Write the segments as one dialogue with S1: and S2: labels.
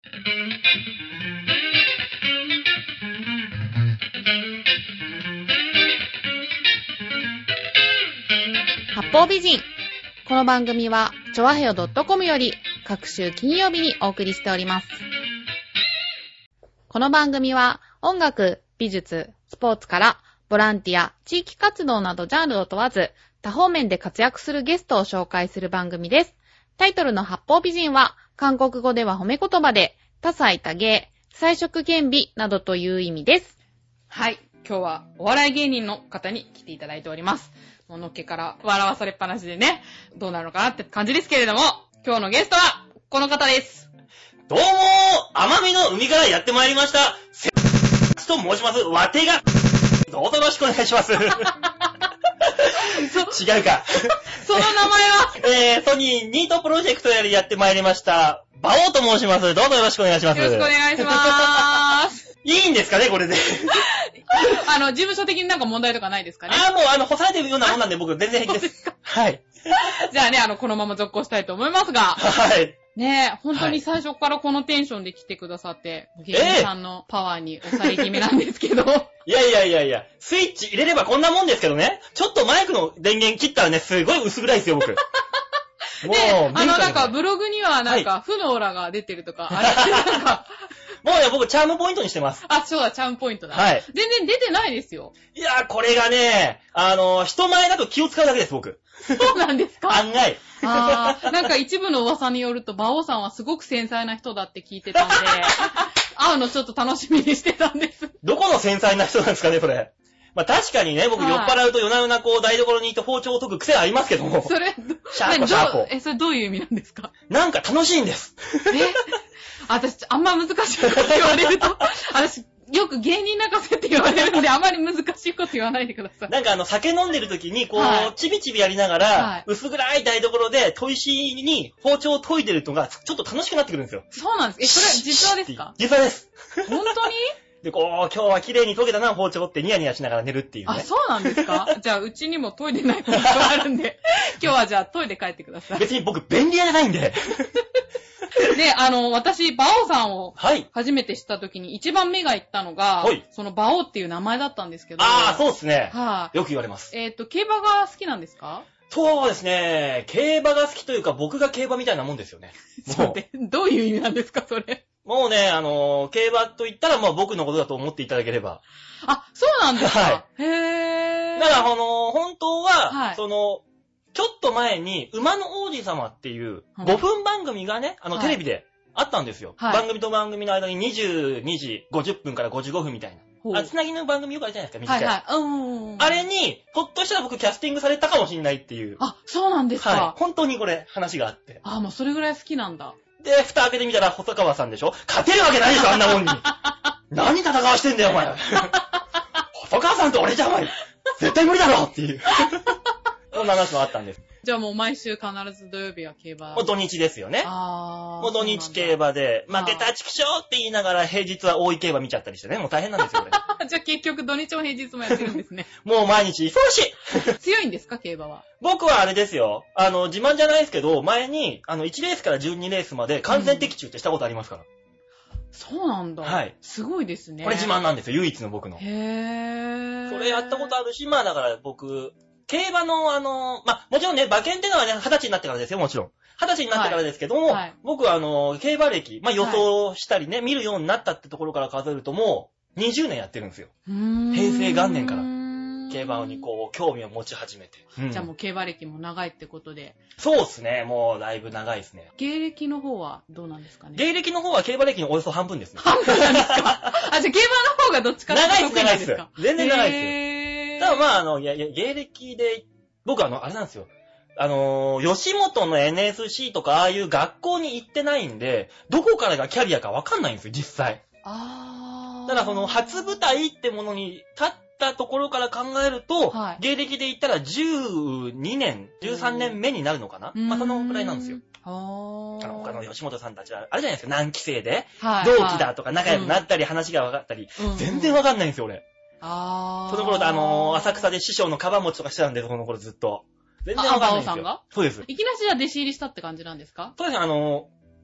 S1: 八方美人。この番組はちょわへよ .com より各週金曜日にお送りしております。この番組は音楽、美術、スポーツからボランティア、地域活動などジャンルを問わず多方面で活躍するゲストを紹介する番組です。タイトルの八方美人は韓国語では褒め言葉で多彩多芸、彩色兼備などという意味です。
S2: はい、今日はお笑い芸人の方に来ていただいております。もうのっけから笑わされっぱなしでね、どうなるのかなって感じですけれども、今日のゲストはこの方です。
S3: どうも奄美の海からやってまいりました、セッと申します。わてがどうぞよろしくお願いします。違うか。
S2: その名前は
S3: ソニーニートプロジェクトよりやってまいりました、バオと申します。どうぞよろしくお願いします。
S2: よろしくお願いしまーす。
S3: いいんですかね、これで。
S2: 事務所的になんか問題とかないですかね。
S3: もう干されてるようなもんなんで僕全然平気です。はい。
S2: じゃあね、このまま続行したいと思いますが。
S3: はい。
S2: ねえ、本当に最初からこのテンションで来てくださって、芸人さんのパワーに押され気味なんですけど。
S3: いや、スイッチ入れればこんなもんですけどね。ちょっとマイクの電源切ったらね、すごい薄暗いですよ、僕。も
S2: う、なんかブログにはなんか、負のオーラが出てるとか、あれってなんか、
S3: もうね、僕チャームポイントにしてます。
S2: あ、そうだ、チャームポイントだ。
S3: はい。
S2: 全然出てないですよ。
S3: いやー、これがね、人前だと気を使うだけです、僕。
S2: そうなんですか？
S3: 案外。
S2: なんか一部の噂によると、馬王さんはすごく繊細な人だって聞いてたんで、会うのちょっと楽しみにしてたんです。
S3: どこの繊細な人なんですかね、それ。まあ、確かにね、僕酔っ払うと夜な夜なこう台所に行って包丁を研ぐ癖はありますけども。
S2: それ、
S3: シャーコシャーコ。
S2: それどういう意味なんですか？
S3: なんか楽しいんです。
S2: 私、あんま難しいこと言われると、私、よく芸人泣かせって言われるんで、あまり難しいこと言わないでください。
S3: なんか酒飲んでる時に、こう、チビチビやりながら、薄暗い台所で、砥石に包丁を研いでるのが、ちょっと楽しくなってくるんですよ。
S2: そうなんです。それ、実話ですか？
S3: 実話です。
S2: 本当に？
S3: で、こう、今日は綺麗に研げたな、包丁ってニヤニヤしながら寝るっていうね。
S2: あ、そうなんですか？じゃあ、うちにも研いでない包丁があるんで、今日はじゃあ、研いで帰ってください。
S3: 別に僕、便利屋じゃないんで。
S2: で、私、馬王さんを初めて知った時に一番目が行ったのが、はい、その馬王っていう名前だったんですけど。
S3: ああ、そうですね。
S2: はい、
S3: よく言われます。
S2: 競馬が好きなんですか？
S3: そうですね。競馬が好きというか、僕が競馬みたいなもんですよね。
S2: もうどういう意味なんですか、それ。
S3: もうね、競馬と言ったら、まあ僕のことだと思っていただければ。
S2: あ、そうなんですか？
S3: はい。
S2: へー。
S3: だから、本当は、はい、ちょっと前に、馬の王子様っていう、5分番組がね、テレビであったんですよ。はい、番組と番組の間に22時50分から55分みたいな。つなぎの番組よくあるじゃないですか、短い。はいはい。あれに、ほっとしたら僕キャスティングされたかもしれないっていう。
S2: あ、そうなんですか？
S3: はい。本当にこれ、話があって。
S2: もうそれぐらい好きなんだ。
S3: で、蓋開けてみたら細川さんでしょ？勝てるわけないでしょ、あんなもんに。何戦わしてんだよ、お前。細川さんと俺じゃお前。絶対無理だろっていう。そんな話もあったんです。
S2: じゃあもう毎週必ず土曜日は競馬。
S3: もう土日ですよね。もう土日競馬で、負けたチキショーって言いながら平日は大井競馬見ちゃったりしてね。もう大変なんですよ、
S2: 俺。じゃあ結局土日も平日もやってるんですね。
S3: もう毎日忙しい。
S2: 強いんですか、競馬は。
S3: 僕はあれですよ。自慢じゃないですけど、前に、1レースから12レースまで完全的中ってしたことありますから。
S2: そうなんだ。
S3: はい。
S2: すごいですね。
S3: これ自慢なんですよ、唯一の僕の。
S2: へー。
S3: それやったことあるし、まあだから僕、競馬のまあ、もちろんね、馬券ってのはね、20歳になってからですよ、もちろん。20歳になってからですけども、はい、僕は競馬歴、まあ予想したりね、はい、見るようになったってところから数えるともう、20年やってるんですよ。平成元年から。競馬にこう、興味を持ち始めて。
S2: じゃあもう競馬歴も長いってことで。
S3: そうっすね、もうだいぶ長いですね。
S2: 芸歴の方はどうなんですかね？
S3: 芸歴の方は競馬歴のおよそ半分ですね。
S2: 半分なんですか？じゃあ競馬の方がどっちかっていうと
S3: 長いです。全然長いですよ。ただまあ芸歴で、僕あれなんですよ。吉本の NSC とかああいう学校に行ってないんで、どこからがキャリアかわかんないんですよ、実際。ただ初舞台ってものに立ったところから考えると、はい、芸歴で言ったら12年、13年目になるのかな？まあそのくらいなんですよ。他の吉本さんたちは、あれじゃないですか、何期生で、はい、同期だとか仲良くなったり、話が分かったり、全然分かんないんですよ、俺。その頃浅草で師匠のカバン持ちとかしてたんで、その頃ずっと。全然わかんないんですよ。
S2: さんが？
S3: そうです。
S2: いきなりじゃあ弟子入りしたって感じなんですか？
S3: そうですね、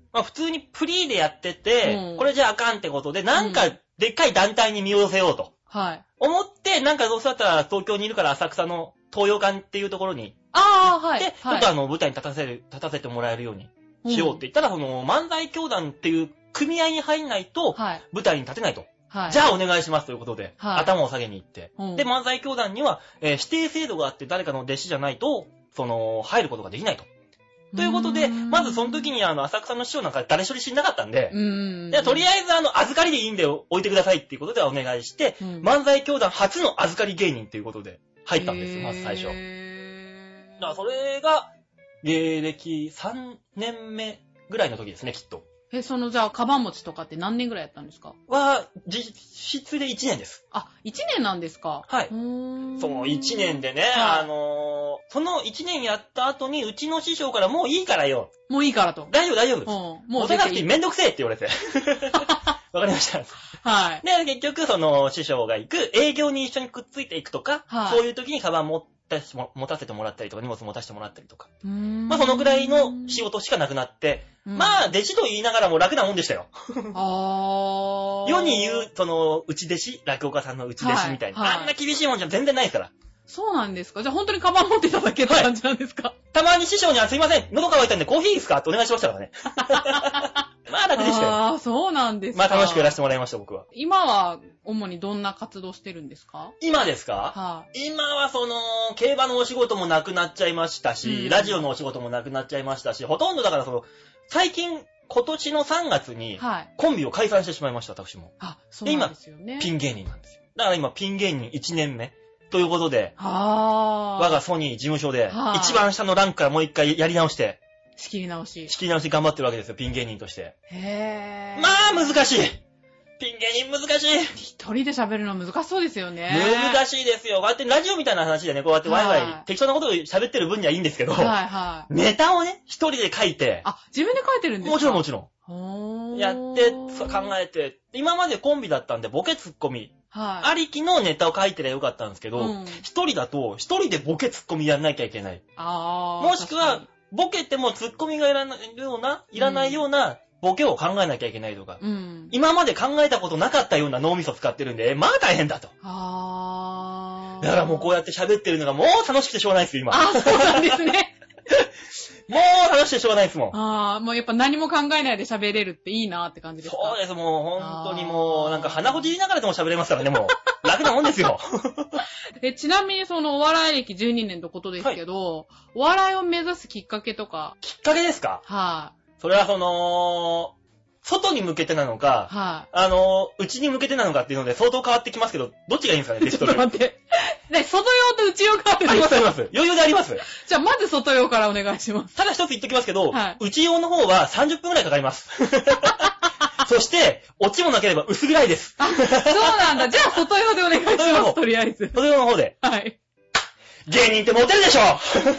S3: まあ普通にフリーでやってて、
S2: うん、
S3: これじゃあかんってことで、なんかでっかい団体に身を寄せようと。
S2: はい。
S3: 思って、なんかどうせだったら東京にいるから浅草の東洋館っていうところに。
S2: はい。
S3: で、ちょっと舞台に立たせてもらえるようにしようって言ったら、漫才協団っていう組合に入んないと、舞台に立てないと。はい、じゃあお願いしますということで、はい、頭を下げに行って、で、漫才協団には、指定制度があって誰かの弟子じゃないと、入ることができないと。ということで、まずその時に浅草の師匠なんか誰一人知んなかったんで、でとりあえず預かりでいいんで置いてくださいっていうことでお願いして、漫才協団初の預かり芸人っていうことで入ったんですよ、まず最初。だからそれが、芸歴3年目ぐらいの時ですね、きっと。
S2: じゃあ、カバン持ちとかって何年ぐらいやったんですか？
S3: 実質で1年です。
S2: あ、1年なんですか？
S3: はい。その1年でね、その1年やった後に、うちの師匠からもういいからよ。
S2: もういいからと。
S3: 大丈夫です。もう出なくてめんどくせえって言われて。わかりました。はい。で、結局、師匠が行く、営業に一緒にくっついていくとか、そういう時にカバン持たせてもらったりとか、荷物持たせてもらったりとか。まあ、そのぐらいの仕事しかなくなって、まあ、弟子と言いながらも楽なもんでしたよ。世に言う、内弟子、落語家さんの内弟子みたいな。あんな厳しいもんじゃ全然ないですから。
S2: そうなんですか？じゃあ本当にカバン持ってただけって感じなんですか？
S3: たまに師匠にはすいません、喉乾いたんでコーヒーいいですかってお願いしましたからね。まあ楽でしたよ。
S2: ああ、そうなんですか。
S3: まあ楽しくやらせてもらいました、僕は。
S2: 今は、主にどんな活動してるんですか？
S3: 今ですか？今は競馬のお仕事もなくなっちゃいましたし、ラジオのお仕事もなくなっちゃいましたし、ほとんどだから最近、今年の3月に、コンビを解散してしまいました、私も。
S2: そうなんですよね。
S3: 今、ピン芸人なんですよ。だから今、ピン芸人1年目。ということで、我がソニー事務所で、一番下のランクからもう一回やり直して、
S2: 仕切り直し
S3: 頑張ってるわけですよ、ピン芸人として。まあ、難しい。ピン芸人難しい。
S2: 一人で喋るの難しそうですよね。
S3: 難しいですよ。こうやってラジオみたいな話でね、こうやってワイワイ、適当なことを喋ってる分にはいいんですけど、ネタをね、一人で書いて。
S2: 自分で書いてるんですか？
S3: もちろん。やって、考えて、今までコンビだったんで、ボケツッコミ。ありきのネタを書いてりゃよかったんですけど、一人だと、一人でボケツッコミやんなきゃいけない。もしくは、ボケてもツッコミがいらないようなボケを考えなきゃいけないとか、今まで考えたことなかったような脳みそ使ってるんで、まあ大変だと。だからもうこうやって喋ってるのがもう楽しくてしょうがないですよ、今。
S2: そうなんですね。
S3: もう楽しくてしょうがないですも
S2: ん。もうやっぱ何も考えないで喋れるっていいなって感じですか？
S3: そうです、もう本当にもう、なんか鼻ほじりながらでも喋れますからね、もう。楽なもんですよ。
S2: ちなみにお笑い歴12年のことですけど、お笑いを目指すきっかけとか。
S3: きっかけですか？それは外に向けてなのか、内に向けてなのかっていうので相当変わってきますけど、どっちがいいんですかね、
S2: ちょっと待って。外用と内用変わってきます。
S3: あります。余裕であります。
S2: じゃあ、まず外用からお願いします。
S3: ただ一つ言っときますけど、内用の方は30分くらいかかります。そして、オチもなければ薄暗いです。
S2: そうなんだ。じゃあ、外用でお願いします。とりあえず。
S3: 外用の方で。
S2: はい。
S3: 芸人ってモテるでしょ。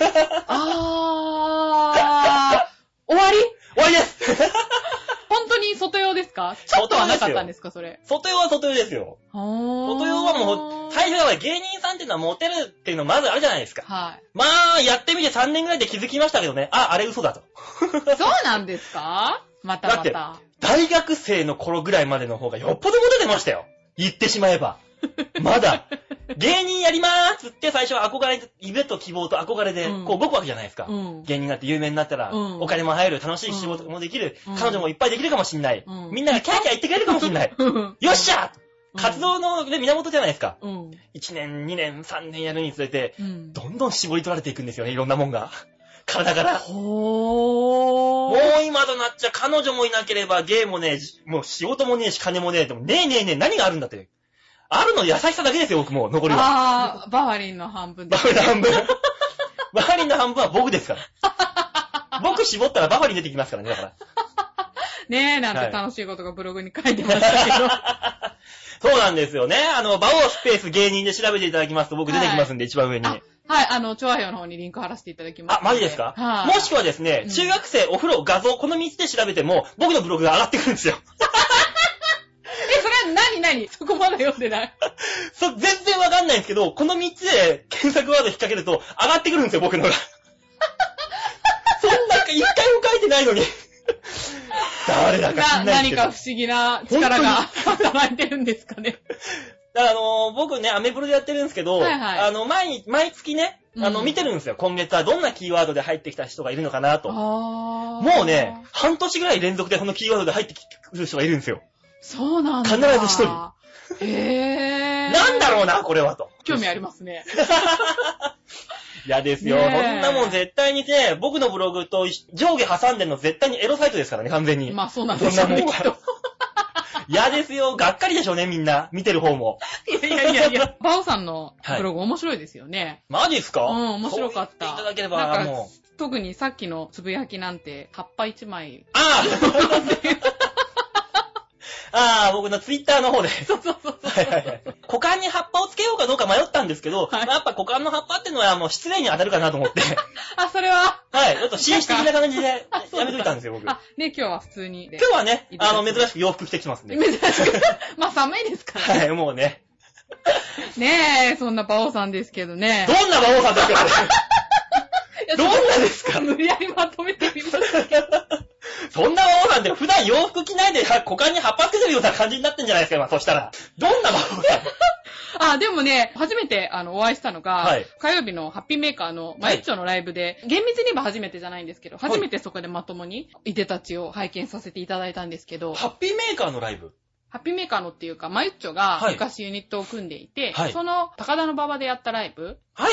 S2: 終わり
S3: です。
S2: 本当に外用ですか？ちょっとはなかったんですか、それ。
S3: 外用は外用ですよ。外用はもう、最初は芸人さんっていうのはモテるっていうのまずあるじゃないですか。まあ、やってみて3年ぐらいで気づきましたけどね。あれ嘘だと。
S2: そうなんですか？また。
S3: だって、大学生の頃ぐらいまでの方がよっぽどモテてましたよ。言ってしまえば。まだ。芸人やりまーすって最初は憧れ、夢と希望と憧れで、こう動くわけじゃないですか。芸人になって有名になったら、お金も入る、楽しい仕事もできる、彼女もいっぱいできるかもしんない。みんながキャーキャー言ってくれるかもしんない。よっしゃ活動の源じゃないですか。1年、2年、3年やるにつれて、どんどん絞り取られていくんですよね、いろんなもんが。体から。もう今となっちゃ彼女もいなければ芸もねえ、もう仕事もねえし金もねえ。でもねえ何があるんだって。あるの優しさだけですよ、僕も残りは。
S2: バファリンの半分です。
S3: バファリンの半分は僕ですから。僕絞ったらバファリン出てきますからね、だから。
S2: ねえ、なんて楽しいことがブログに書いてましたけど。
S3: そうなんですよね。馬王スペース芸人で調べていただきますと僕出てきますんで、一番上に。
S2: はい、チョアヘヨの方にリンク貼らせていただきます。
S3: マジですか？もしくはですね、中学生、お風呂、画像、この3つで調べても、僕のブログが上がってくるんですよ。
S2: それは何そこまだ読んでない。
S3: 全然わかんないんですけど、この3つで検索ワード引っ掛けると、上がってくるんですよ、僕のが。そんな、一回も書いてないのに。 誰だか知んないけど。
S2: 何か不思議な力が働いてるんですかね。
S3: 僕ね、アメブロでやってるんですけど、
S2: はいはい
S3: 毎月ね、見てるんですよ。今月はどんなキーワードで入ってきた人がいるのかなと。もうね、半年ぐらい連続でこのキーワードで入ってくる人がいるんですよ。
S2: そうなんだ。
S3: 必ず一人。なんだろうな、これはと。
S2: 興味ありますね。
S3: 嫌ですよ。
S2: ねえ
S3: そんなもん絶対にね、僕のブログと上下挟んでんの絶対にエロサイトですからね、完全に。
S2: まあそうなんですよね、きっと。
S3: 嫌ですよ。がっかりでしょうね、みんな。見てる方も。
S2: いや。バオさんのブログ面白いですよね。
S3: マジっすか？
S2: 面白かった。
S3: そう言っていただければ、もう。
S2: 特にさっきのつぶやきなんて、葉っぱ一枚。
S3: 僕のツイッターの方で。そう。股間に葉っぱをつけようかどうか迷ったんですけど、やっぱ股間の葉っぱっていうのはもう失礼に当たるかなと思って。
S2: それは。
S3: はい。ちょっと紳士的な感じでやめといたんですよ、僕。
S2: ね、今日は普通に。
S3: 今日はね、珍しく洋服着てきてますんで。
S2: 珍しく。まあ寒いですからね。
S3: はい、もうね。
S2: ねえ、そんな馬王さんですけどね。
S3: どんな馬王さんですかどんなですか？
S2: 無理やりまとめてみましたけど。
S3: そんな馬王さんって普段洋服着ないで股間に葉っぱつけてるような感じになってんじゃないですか、今。そしたら。どんな馬王さん？
S2: でもね、初めてお会いしたのが、火曜日のハッピーメーカーのマユッチョのライブで、厳密に言えば初めてじゃないんですけど、初めてそこでまともにいでたちを拝見させていただいたんですけど。
S3: ハッピーメーカーのライブ？
S2: ハッピーメーカーのっていうか、マユッチョが昔ユニットを組んでいて、その高田の馬場でやったライブ。
S3: はい。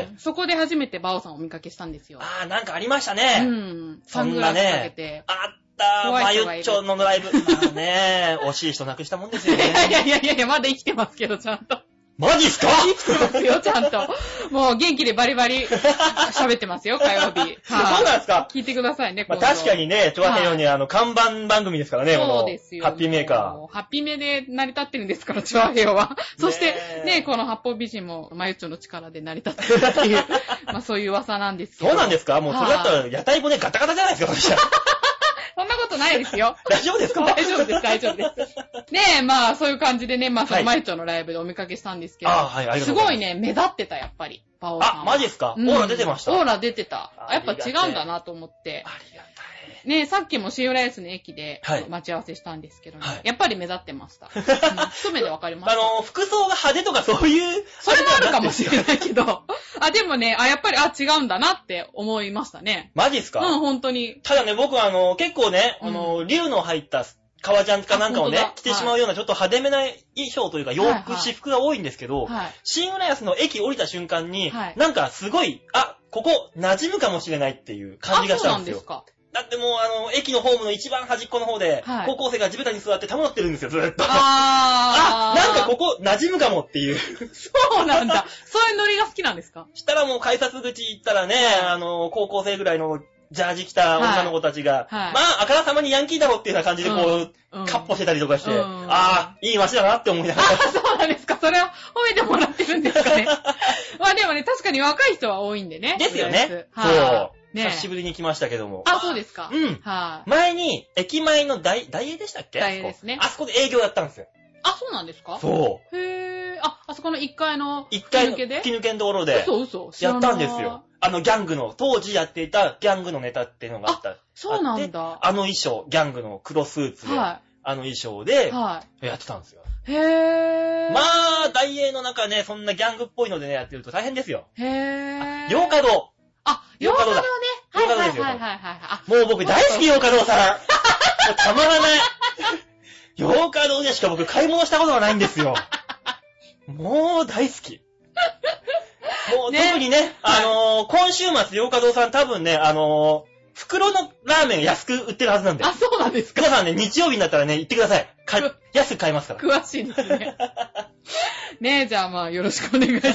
S2: そこで初めてバオさんをお見かけしたんですよ。
S3: なんかありましたね。
S2: サングラスかけて。
S3: あったマユッチョのライブ。惜しい人亡くしたもんですよね。
S2: いや、まだ生きてますけど、ちゃんと。
S3: マジっすか？
S2: 生きてますよ、ちゃんと。もう元気でバリバリ喋ってますよ、火曜日。
S3: そうなんですか？
S2: 聞いてくださいね、
S3: 確かにね、ちょわへように看板番組ですからね、
S2: そうですよ。
S3: ハッピーメーカ
S2: ー。ハッピーメで成り立ってるんですから、ちょわへよは。そして、ね、この八方美人も、マユッチョの力で成り立ってるっていう、そういう噂なんですけど。
S3: そうなんですか？もうそれだったら、屋台骨ガタガタじゃないですか、私は。
S2: そんなことないですよ。
S3: 大丈夫ですか？
S2: 大丈夫です。ねえ、そういう感じでね、そのマユッチョのライブでお見かけしたんですけど。すごいね、目立ってた、やっぱり。バオさん。
S3: マジですか？オーラ出てました？
S2: オーラ出てた。やっぱ違うんだなと思って。
S3: ありがたい。
S2: ねえ、さっきもシーウライスの駅で待ち合わせしたんですけどね。やっぱり目立ってました。一目でわかりました。
S3: 服装が派手とかそういう。
S2: それもあるかもしれないけど。でもね、やっぱり、違うんだなって思いましたね。
S3: マジっすか？
S2: 本当に。
S3: ただね、僕は結構ね、竜の入った革ジャンかなんかをね、着てしまうようなちょっと派手めな衣装というか洋服、私服が多いんですけど、新浦安の駅降りた瞬間に、なんかすごい、ここ馴染むかもしれないっていう感じがしたんですよ。
S2: そうなんですか？
S3: だってもう駅のホームの一番端っこの方で、高校生が地べたに座って保ってるんですよ、ずっと。なんかここ馴染むかもっていう。
S2: そうなんだ。そういうノリが好きなんですか？
S3: したらもう改札口行ったらね、高校生ぐらいのジャージ着た女の子たちが、あからさまにヤンキーだろっていうような感じでカッポしてたりとかして、いい街だなって思いながら。
S2: そうなんですか？それは褒めてもらってるんですかね。でもね、確かに若い人は多いんでね。
S3: ですよね。そう。久しぶりに来ましたけども。
S2: そうですか。
S3: 前に、駅前の大英でしたっけ？
S2: 大英ですね。
S3: あそこで営業やったんですよ。
S2: そうなんですか？
S3: そう。
S2: あそこの1階の
S3: 吹き抜けのところで。
S2: 嘘。
S3: やったんですよ。ギャングの、当時やっていたギャングのネタっていうのがあった。
S2: そうなんだ。
S3: 衣装、ギャングの黒スーツで、衣装で、やってたんですよ。大英の中ね、そんなギャングっぽいのでね、やってると大変ですよ。
S2: 洋
S3: 華堂。
S2: 洋華堂ね。
S3: 洋華堂ですよ。もう僕大好き洋華堂さん。もうたまらない。洋華堂でしか僕買い物したことがないんですよ。もう大好き。もう特にね、今週末洋華堂さん多分ね、袋のラーメン安く売ってるはずなんで。
S2: そうなんですか？
S3: 皆さんね、日曜日になったらね、行ってください。安く買えますから。
S2: 詳しいですね。ねえ、じゃあよろしくお願いします。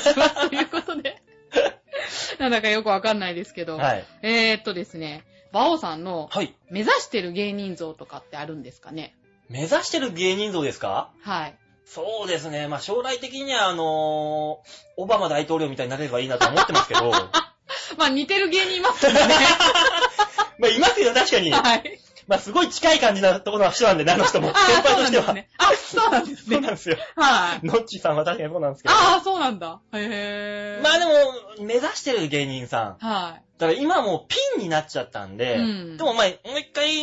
S2: ということで。なんだかよくわかんないですけど。ですね、馬王さんの目指してる芸人像とかってあるんですかね？
S3: 目指してる芸人像ですか？そうですね。将来的にはオバマ大統領みたいになれればいいなと思ってますけど。
S2: 似てる芸人いますよね。
S3: いますよ、確かに。すごい近い感じなところの人なんでね、あの人も。先輩としては。
S2: そうなんですね。
S3: そうなんですよ。ノッチさんは確かにそうなんですけど。
S2: そうなんだ。で
S3: も、目指してる芸人さん。だから今もうピンになっちゃったんで、でももう一回、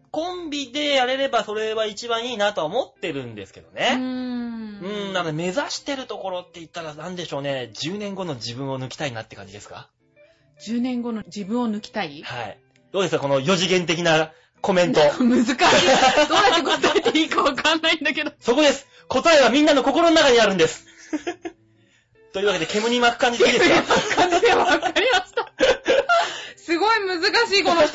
S3: コンビでやれればそれは一番いいなとは思ってるんですけどね。なので目指してるところって言ったらなんでしょうね。10年後の自分を抜きたいなって感じですか？
S2: 10 年後の自分を抜きたい？
S3: はい。どうですかこの4次元的なコメント。
S2: 難しい。どうやって答えていいかわかんないんだけど。
S3: そこです。答えはみんなの心の中にあるんです。というわけで煙に巻く感じでいいですか？
S2: 煙に巻く感じでわかりました。すごい難しいこの人。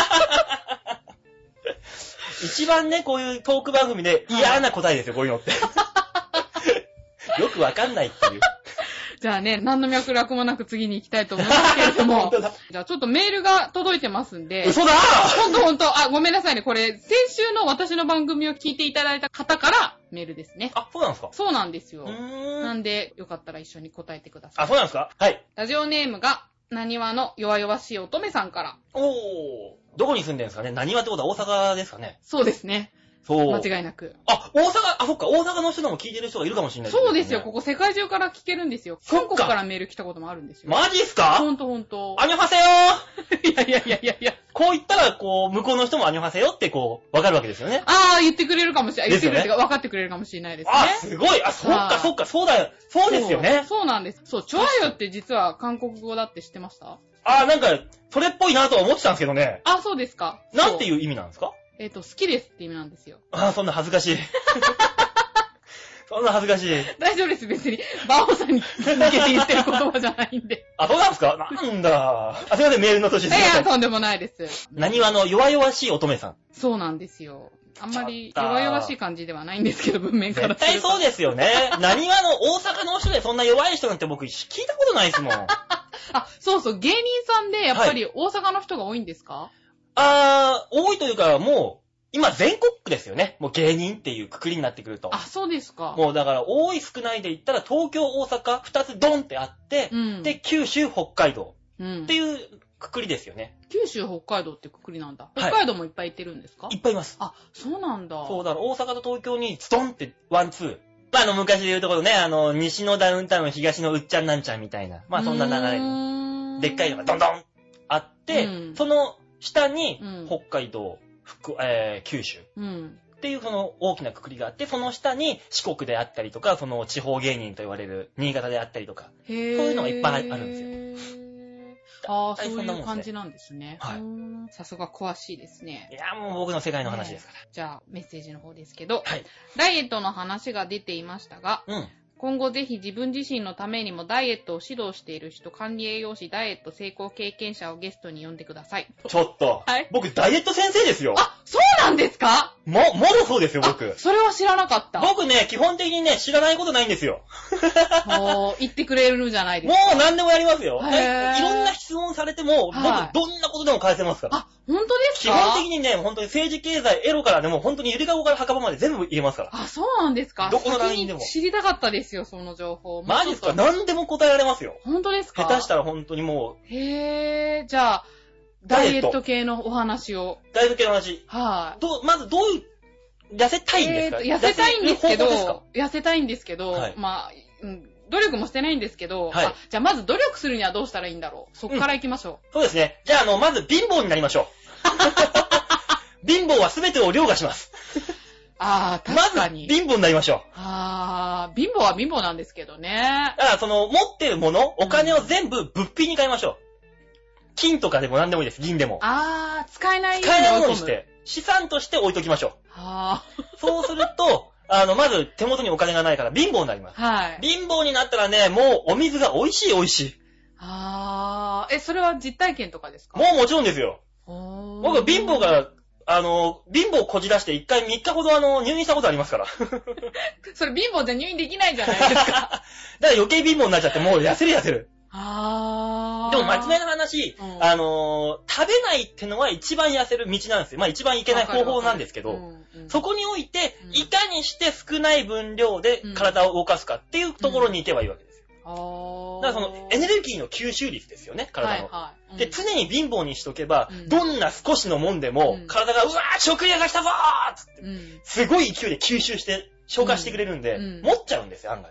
S3: 一番ね、こういうトーク番組で嫌な答えですよ、こういうのって。よくわかんないっていう。
S2: じゃあね、何の脈絡もなく次に行きたいと思いますけれども。
S3: 本当だ。
S2: じゃあちょっとメールが届いてますんで。
S3: 嘘だ
S2: ほんと。ごめんなさいね。これ、先週の私の番組を聞いていただいた方からメールですね。
S3: あ、そうなんですか？
S2: そうなんですよ。なんで、よかったら一緒に答えてください。
S3: あ、そうなんですか？はい。
S2: ラジオネームが、なにわの弱々しい乙女さんから。
S3: どこに住んでるんですかね？なにわってことは大阪ですかね？
S2: そうですね。そう。間違いなく。
S3: あ、そっか、大阪の人でも聞いてる人がいるかもしれない、
S2: そうですよ、ここ世界中から聞けるんですよ。韓国からメール来たこともあるんですよ。
S3: マジっすか？
S2: ほんと。
S3: アニョハセヨ
S2: ーいや。
S3: こう言ったら、こう、向こうの人もアニョハセヨってこう、わかるわけですよね。
S2: 言ってくれるかもしれない。言ってくれるか分かってくれるかもしれないですね。
S3: すごい。そっか、そうだよ。そうですよね。
S2: そうなんです。そう、チョアヨって実は韓国語だって知ってました？
S3: なんか、それっぽいなとは思ってたんですけどね。
S2: そうですか。
S3: なんていう意味なんですか？
S2: 好きですって意味なんですよ。
S3: そんな恥ずかしい。そんな恥ずかしい。
S2: 大丈夫です、別に。バオさんに続けて言ってる言葉じゃないんで。
S3: そうなんですか？なんだ。すいません、メールの年です。
S2: いや、とんでもないです。
S3: なにわの弱々しい乙女さん。
S2: そうなんですよ。あんまり弱々しい感じではないんですけど、文面から。
S3: 絶対そうですよね。なにわの大阪の人でそんな弱い人なんて僕聞いたことないですもん。
S2: そう、芸人さんでやっぱり大阪の人が多いんですか？
S3: 多いというか、もう、今全国区ですよね。もう芸人っていうくくりになってくると。
S2: そうですか。
S3: もうだから多い少ないで言ったら東京、大阪、2つドンってあって、で、九州、北海道っていうくくりですよね。
S2: 九州、北海道ってくくりなんだ。北海道もいっぱい行ってるんですか？
S3: いっぱいいます。
S2: そうなんだ。
S3: そうだから大阪と東京にストンってワンツー。昔で言うところね、西のダウンタウン、東のうっちゃんなんちゃんみたいな。そんな流れの。でっかいのがドンドンあって、その下に北海道、九州。っていうその大きなくくりがあって、その下に四国であったりとか、その地方芸人と言われる新潟であったりとか、そういうのがいっぱいあるんですよ。
S2: そういう感じなんですね。
S3: はい。
S2: さすが詳しいですね。
S3: いや、もう僕の世界の話ですから。
S2: じゃあ、メッセージの方ですけど、
S3: はい。
S2: ダイエットの話が出ていましたが、今後ぜひ自分自身のためにもダイエットを指導している人、管理栄養士、ダイエット成功経験者をゲストに呼んでください。
S3: ちょっと。はい。僕、ダイエット先生ですよ。
S2: そうなんですか？
S3: もろそうですよ、僕。
S2: それは知らなかった。
S3: 僕ね、基本的にね、知らないことないんですよ。
S2: 言ってくれるじゃないですか。
S3: もう何でもやりますよ。いろんな質問されても、僕、どんなことでも返せますから。
S2: 本当ですか？
S3: 基本的にね、本当に政治経済、エロからでも本当にゆりかごから墓場まで全部言えますから。
S2: そうなんですか？
S3: どこのラインでも。
S2: 知りたかったですよ、その情報。
S3: マジですか？何でも答えられますよ。
S2: 本当ですか？
S3: 下手したら本当にもう。
S2: じゃあ、ダイエット系のお話を。
S3: ダイエット系の話。まずどういう、痩せたいんですか？
S2: 痩せたいんですけど、努力もしてないんですけど、じゃあまず努力するにはどうしたらいいんだろう。そこから行きましょう。
S3: そうですね。じゃあまず貧乏になりましょう。貧乏は全てを凌駕します。
S2: 確かに。
S3: まず貧乏になりましょう。
S2: 貧乏は貧乏なんですけどね。
S3: だから持ってるもの、お金を全部物品に変えましょう。金とかでも何でもいいです。銀でも。
S2: 使えない
S3: ものにして、資産として置いときましょう。そうすると、まず手元にお金がないから貧乏になります。貧乏になったらね、もうお水が美味しい。
S2: それは実体験とかですか？
S3: もちろんですよ。僕貧乏から貧乏をこじ出して一回3日ほど入院したことありますから。
S2: それ貧乏じゃ入院できないじゃないですか。だか
S3: ら余計貧乏になっちゃってもう痩せる。でも真面目な話、食べないってのは一番痩せる道なんですよ。一番いけない方法なんですけど、そこにおいて、いかにして少ない分量で体を動かすかっていうところに行けばいいわけですよ。だからエネルギーの吸収率ですよね、体の。で、常に貧乏にしとけば、どんな少しのもんでも、体が、食料が来たぞーつって、すごい勢いで吸収して、消化してくれるんで、持っちゃうんですよ、案外。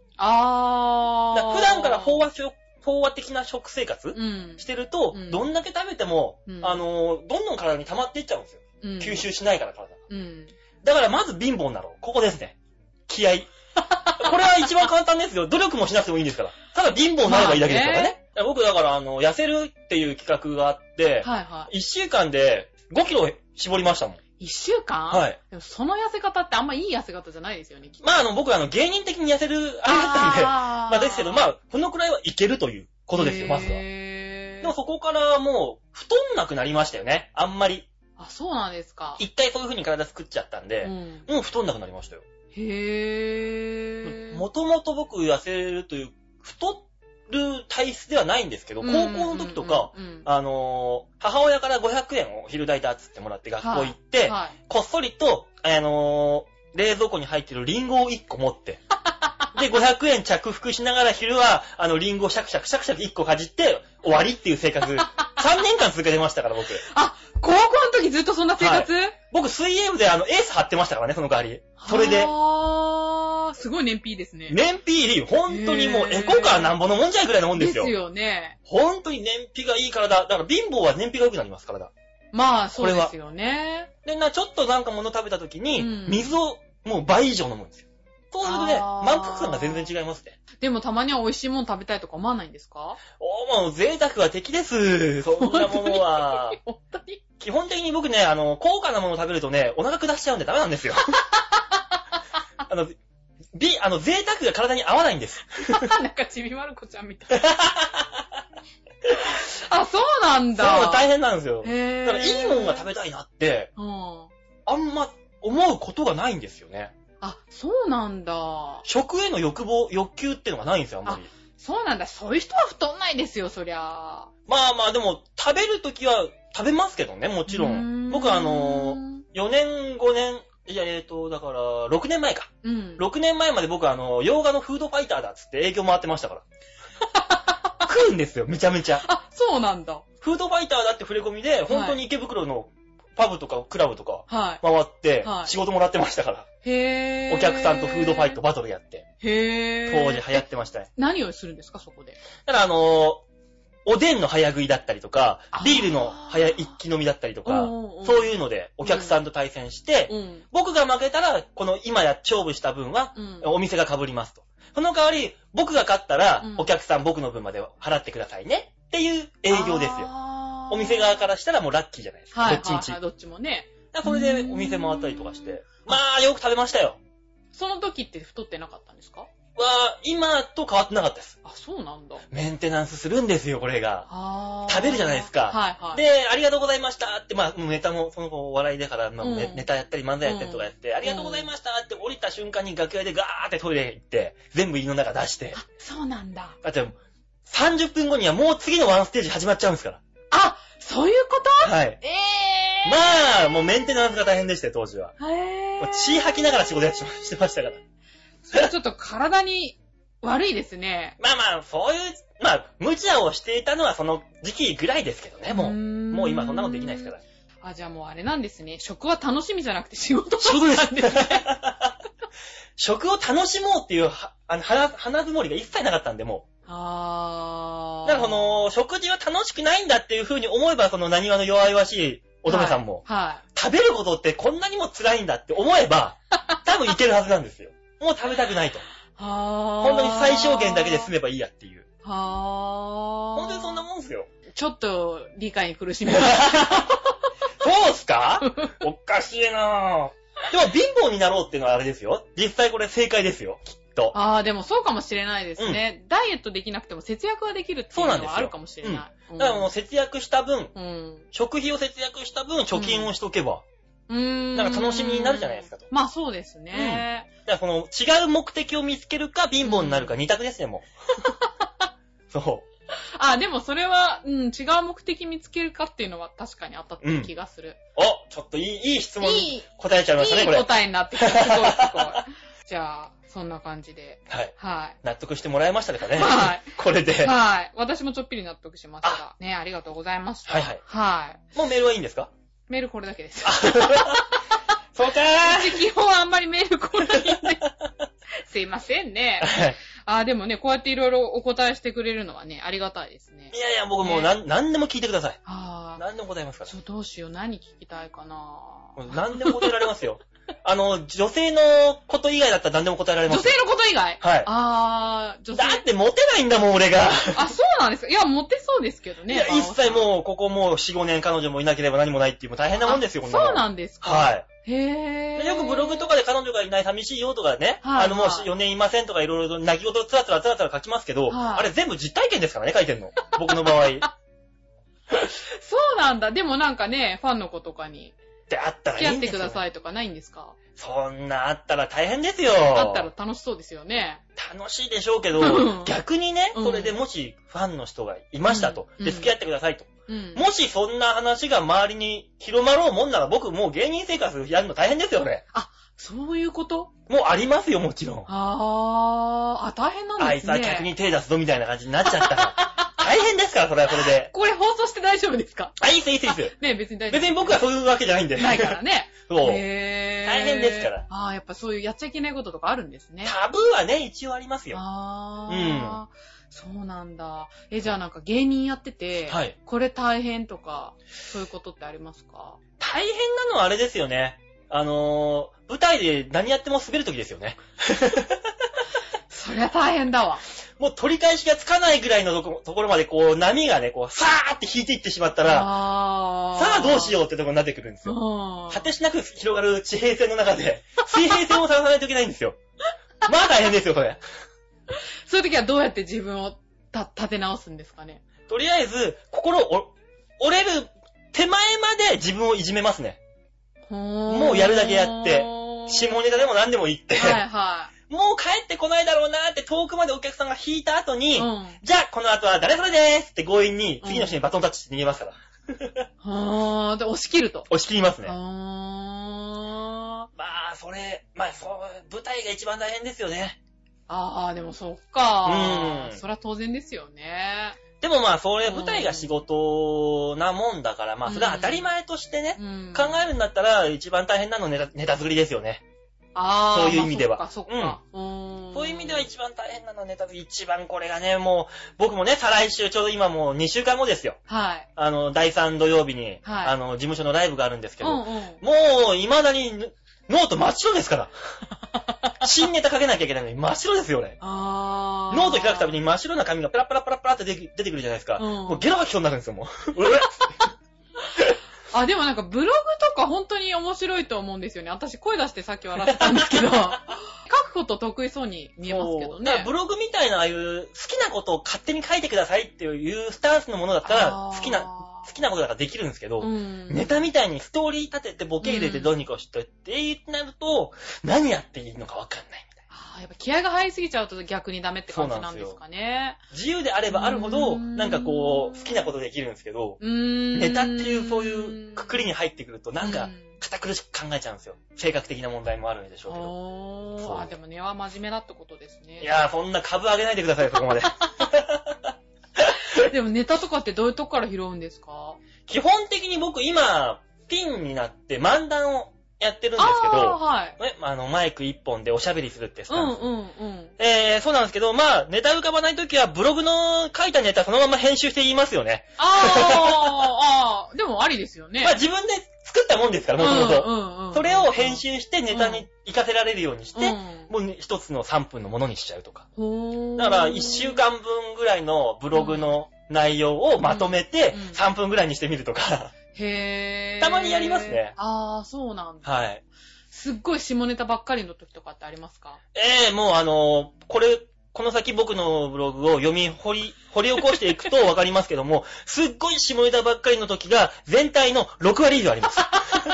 S3: 普段から飽和的な食生活してると、どんだけ食べても、どんどん体に溜まっていっちゃうんですよ。 吸収しないから体が。だからまず貧乏になろう。ここですね。気合。これは一番簡単ですよ。努力もしなくてもいいんですから。ただ貧乏になればいいだけですからね。僕だから痩せるっていう企画があって、1週間で5キロ絞りましたもん。
S2: 1週間？
S3: はい。
S2: でもその痩せ方ってあんまいい痩せ方じゃないですよね。
S3: 僕芸人的に痩せるあれだったんで、ですけど、このくらいはいけるということですよ、まずは。でもそこからもう、太んなくなりましたよね。あんまり。
S2: あ、そうなんですか。
S3: 一回そういう風に体作っちゃったんで、もう太んなくなりましたよ。もともと僕痩せるという、太る体質ではないんですけど、高校の時とか、母親から500円を昼代だっつってもらって学校行って、こっそりと、冷蔵庫に入ってるリンゴを1個持って、で、500円着服しながら昼は、リンゴをシャクシャク1個かじって終わりっていう生活、3年間続けてましたから、僕。
S2: あ、高校の時ずっとそんな生活？
S3: 僕、水泳部でエース張ってましたからね、その代わり。それで。
S2: すごい燃費ですね。
S3: 燃費いい。本当にもうエコカーなんぼのもんじゃいぐらいのもんですよ。
S2: ですよね。
S3: 本当に燃費がいい体。だから貧乏は燃費が良くなります、体。
S2: まあ、そうですよね。
S3: で、ちょっとなんか物食べた時に、水をもう倍以上飲むんですよ。そうするとね、満腹感が全然違いますね。
S2: でもたまには美味しいもの食べたいとか思わないんですか？
S3: もう贅沢は敵です。そんなものは。
S2: 本当に
S3: 基本的に僕ね、高価なものを食べるとね、お腹下しちゃうんでダメなんですよ。贅沢が体に合わないんです。
S2: なんかちびまる子ちゃんみたい。あ、そうなんだ。
S3: そう、大変なんですよ。だからいいものが食べたいなって、あんま思うことがないんですよね。
S2: あ、そうなんだ。
S3: 食への欲求ってのがないんですよ、あんまり。
S2: そうなんだ。そういう人は太んないですよ、そりゃ。
S3: でも、食べるときは食べますけどね、もちろん。僕4年、5年、だから、6年前か。6年前まで僕洋画のフードファイターだっつって営業回ってましたから。食うんですよ、めちゃめちゃ。
S2: あ、そうなんだ。
S3: フードファイターだって触れ込みで、本当に池袋のパブとかクラブとか回って、仕事もらってましたから。お客さんとフードファイトバトルやって。当時流行ってましたね。
S2: 何をするんですか、そこで。
S3: ただおでんの早食いだったりとか、ビールの一気飲みだったりとか、そういうのでお客さんと対戦して、僕が負けたら、この今勝負した分は、お店が被りますと。その代わり、僕が勝ったら、お客さん僕の分まで払ってくださいね。っていう営業ですよ。お店側からしたらもうラッキーじゃないですか。どっちみち。
S2: どっちもね。
S3: それでお店回ったりとかして。よく食べましたよ。
S2: その時って太ってなかったんですか？
S3: 今と変わってなかったです。
S2: あ、そうなんだ。
S3: メンテナンスするんですよ、これが。食べるじゃないですか。で、ありがとうございましたって、ネタも、その子お笑いだから、ネタやったり漫才やったりとかやって、ありがとうございましたって降りた瞬間に楽屋でガーってトイレ行って、全部胃の中出して。
S2: あ、そうなんだ。
S3: だって、30分後にはもう次のワンステージ始まっちゃうんですから。
S2: あ、そういうこと？
S3: はい。もうメンテナンスが大変でしたよ、当時は。血吐きながら仕事してましたから。
S2: それちょっと体に悪いですね。
S3: そういう、無茶をしていたのはその時期ぐらいですけどね、もう今そんなことできないですから。
S2: じゃあもうあれなんですね。食は楽しみじゃなくて仕事なんですね。
S3: 食を楽しもうっていう、鼻づもりが一切なかったんで、もう。だから食事は楽しくないんだっていう風に思えば、何話の弱々しい乙女さんも、食べることってこんなにも辛いんだって思えば、多分いけるはずなんですよ。もう食べたくないと。本当に最小限だけで済めばいいやっていう。本当にそんなもんですよ。
S2: ちょっと理解に苦しみました。
S3: そうっすか？おかしいなぁ。でも貧乏になろうっていうのはあれですよ。実際これ正解ですよ、きっと。
S2: でもそうかもしれないですね。ダイエットできなくても節約はできるっていうのはあるかもしれない。
S3: だからもう節約した分、食費を節約した分、貯金をしとけば、なんか楽しみになるじゃないですかと。
S2: そうですね。
S3: だから違う目的を見つけるか貧乏になるか二択ですね、もう。そう。
S2: でもそれは、違う目的見つけるかっていうのは確かにあったって気がする。
S3: ちょっといい質問答えちゃいましたね、これ。
S2: いい答えになってきた。すごい。じゃあ、そんな感じで。
S3: はい。納得してもらえましたかね。
S2: はい。
S3: これで。
S2: はい。私もちょっぴり納得しました。ね、ありがとうございました。
S3: はい。もうメールはいいんですか？
S2: メールこれだけです。
S3: そうか
S2: 基本あんまりメール来ないんで。すいませんね。 でもね、こうやっていろいろお答えしてくれるのはね、ありがたいですね。
S3: いやいや、僕もう何でも聞いてください。
S2: 何
S3: でも答えますから。
S2: どうしよう、何聞きたいかな。
S3: 何でも答えられますよ。女性のこと以外だったら何でも答えられます。
S2: 女性のこと以外？
S3: はい。
S2: 女性。
S3: だってモテないんだもん、俺が。
S2: そうなんですか？いや、モテそうですけどね。
S3: いや、一切もう、ここもう4、5年彼女もいなければ何もないっていう、もう大変なもんですよ、こんなの。
S2: そうなんですか？
S3: はい。
S2: へー。
S3: よくブログとかで彼女がいない寂しいよとかね、もう4年いませんとかいろいろ泣き言をつらつら書きますけど、あれ全部実体験ですからね、書いてんの。僕の場合。
S2: そうなんだ。でもなんかね、ファンの子とかに。
S3: ってあったらいいんですよ。
S2: 付き合ってくださいとかないんですか？
S3: そんなあったら大変ですよ。
S2: あったら楽しそうですよね。
S3: 楽しいでしょうけど、逆にね、それでもしファンの人がいましたと。で、付き合ってくださいと。もしそんな話が周りに広まろうもんなら僕もう芸人生活やるの大変ですよね。
S2: そういうこと？
S3: もうありますよ、もちろん。
S2: 大変なんですね。
S3: あいつは客に手出すぞみたいな感じになっちゃったら。大変ですから、それはそれで。
S2: これ放送して大丈夫ですか？
S3: いいっす。
S2: ね、別に大丈夫。
S3: 別に僕はそういうわけじゃないんで。
S2: ないからね。
S3: そう。大変ですから。
S2: やっぱそういうやっちゃいけないこととかあるんですね。
S3: タブーはね、一応ありますよ。
S2: そうなんだ。じゃあなんか芸人やってて、これ大変とか、そういうことってありますか？
S3: 大変なのはあれですよね。舞台で何やっても滑るときですよね。
S2: そりゃ大変だわ。
S3: もう取り返しがつかないぐらいのところまでこう波がね、こうさーって引いていってしまったら、さあどうしようってところになってくるんですよ。果てしなく広がる地平線の中で、水平線を探さないといけないんですよ。まあ大変ですよ、それ。
S2: そういう時はどうやって自分を立て直すんですかね。
S3: とりあえず、心折れる手前まで自分をいじめますね。もうやるだけやって、下ネタでも何でも言って、もう帰ってこないだろうなーって遠くまでお客さんが引いた後に、じゃあこの後は誰それでーすって強引に次の人にバトンタッチして逃げますから。
S2: で押し切ると。
S3: 押し切りますね。舞台が一番大変ですよね。
S2: でもそっか。そりゃ当然ですよね。
S3: でも舞台が仕事なもんだから、それは当たり前としてね、考えるんだったら一番大変なのはネタ作りですよね。そういう意味では。
S2: そっか。
S3: そういう意味では一番大変なのはネタ作り。一番これがね、もう、僕もね、再来週、ちょうど今もう2週間後ですよ。第3土曜日に、事務所のライブがあるんですけど、もう、未だに、ノート真っ白ですから。新ネタ書けなきゃいけないのに真っ白ですよね。ノート開くたびに真っ白な紙がペラペラペラペラって出てくるじゃないですか。もうゲロ吐きそうになるんですよ、もう。
S2: でもなんかブログとか本当に面白いと思うんですよね。私声出してさっき笑ってたんですけど、書くこと得意そうに見えますけどね。
S3: ブログみたいなああいう好きなことを勝手に書いてくださいっていうスタンスのものだったら好きなことだからできるんですけど、ネタみたいにストーリー立ててボケ入れてどうにかしてってなると、何やっていいのかわかんないみたいな。
S2: やっぱ気合が入りすぎちゃうと逆にダメって感じなんですかね。
S3: 自由であればあるほど、なんかこう、好きなことできるんですけど、ネタっていうそういうくくりに入ってくると、なんか、堅苦しく考えちゃうんですよ。性格的な問題もあるんでしょうけど。
S2: でも根は真面目だってことですね。
S3: いやそんな株上げないでくださいよ、そこまで。
S2: でもネタとかってどういうとこから拾うんですか？
S3: 基本的に僕今、ピンになって漫談をやってるんですけど、マイク一本でおしゃべりするってスタンス。そうなんですけど、ネタ浮かばないときはブログの書いたネタそのまま編集して言いますよね。
S2: でもありですよね。
S3: 自分で作ったもんですから、もともと。それを編集してネタに活かせられるようにして、もう一つの3分のものにしちゃうとか。だから1週間分ぐらいのブログの内容をまとめて3分ぐらいにしてみるとか。たまにやりますね。
S2: そうなんだ。すっごい下ネタばっかりの時とかってありますか？
S3: もうこの先僕のブログを掘り起こしていくとわかりますけども、すっごい下ネタばっかりの時が全体の6割以上あります。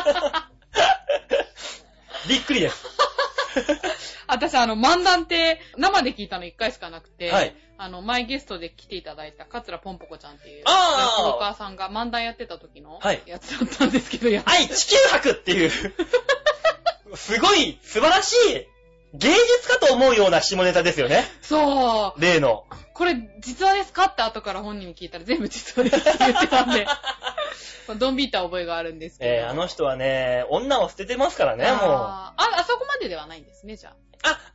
S3: びっくりです。
S2: 私漫談って生で聞いたの1回しかなくて、前ゲストで来ていただいた桂ぽんぽこちゃんっていう落語家さんが漫談やってた時のやつだったんですけど、
S3: 地球博っていうすごい素晴らしい芸術かと思うような下ネタですよね。
S2: そう。
S3: 例の。
S2: これ実話ですかって後から本人に聞いたら全部実話ですって言ってたんで。ドン引いた覚えがあるんですけど。
S3: あの人はね、女を捨ててますからね、もう。
S2: あそこまでではないんですね、じゃあ。
S3: あそこま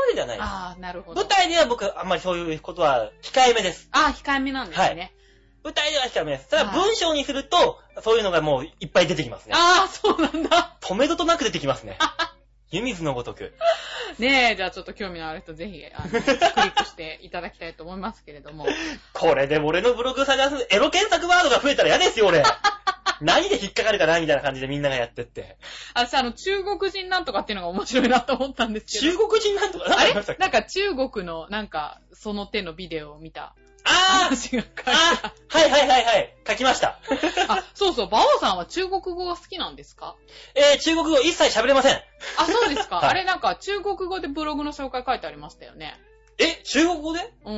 S3: でではないです。
S2: ああ、なるほど。
S3: 舞台では僕、あんまりそういうことは控えめです。
S2: ああ、控えめなんですね。はい。
S3: 舞台では控えめです。ただ文章にすると、そういうのがもういっぱい出てきますね。
S2: ああ、そうなんだ。
S3: 止めどとなく出てきますね。湯水のごとく。
S2: ねえ、じゃあちょっと興味のある人ぜひ、クリックしていただきたいと思いますけれども。
S3: これで俺のブログ探すエロ検索ワードが増えたら嫌ですよ、俺。何で引っかかるかなみたいな感じでみんながやってって。
S2: 私中国人なんとかっていうのが面白いなと思ったんですけど。
S3: 中国人なんとか
S2: あれなんか中国のその手のビデオを見た。
S3: ああはいはいはいはい。書きました。
S2: あ、そうそう、馬王さんは中国語が好きなんですか？
S3: 中国語一切喋れません。
S2: あ、そうですか。はい、あれなんか中国語でブログの紹介書いてありましたよね。
S3: 中国語で？
S2: うん。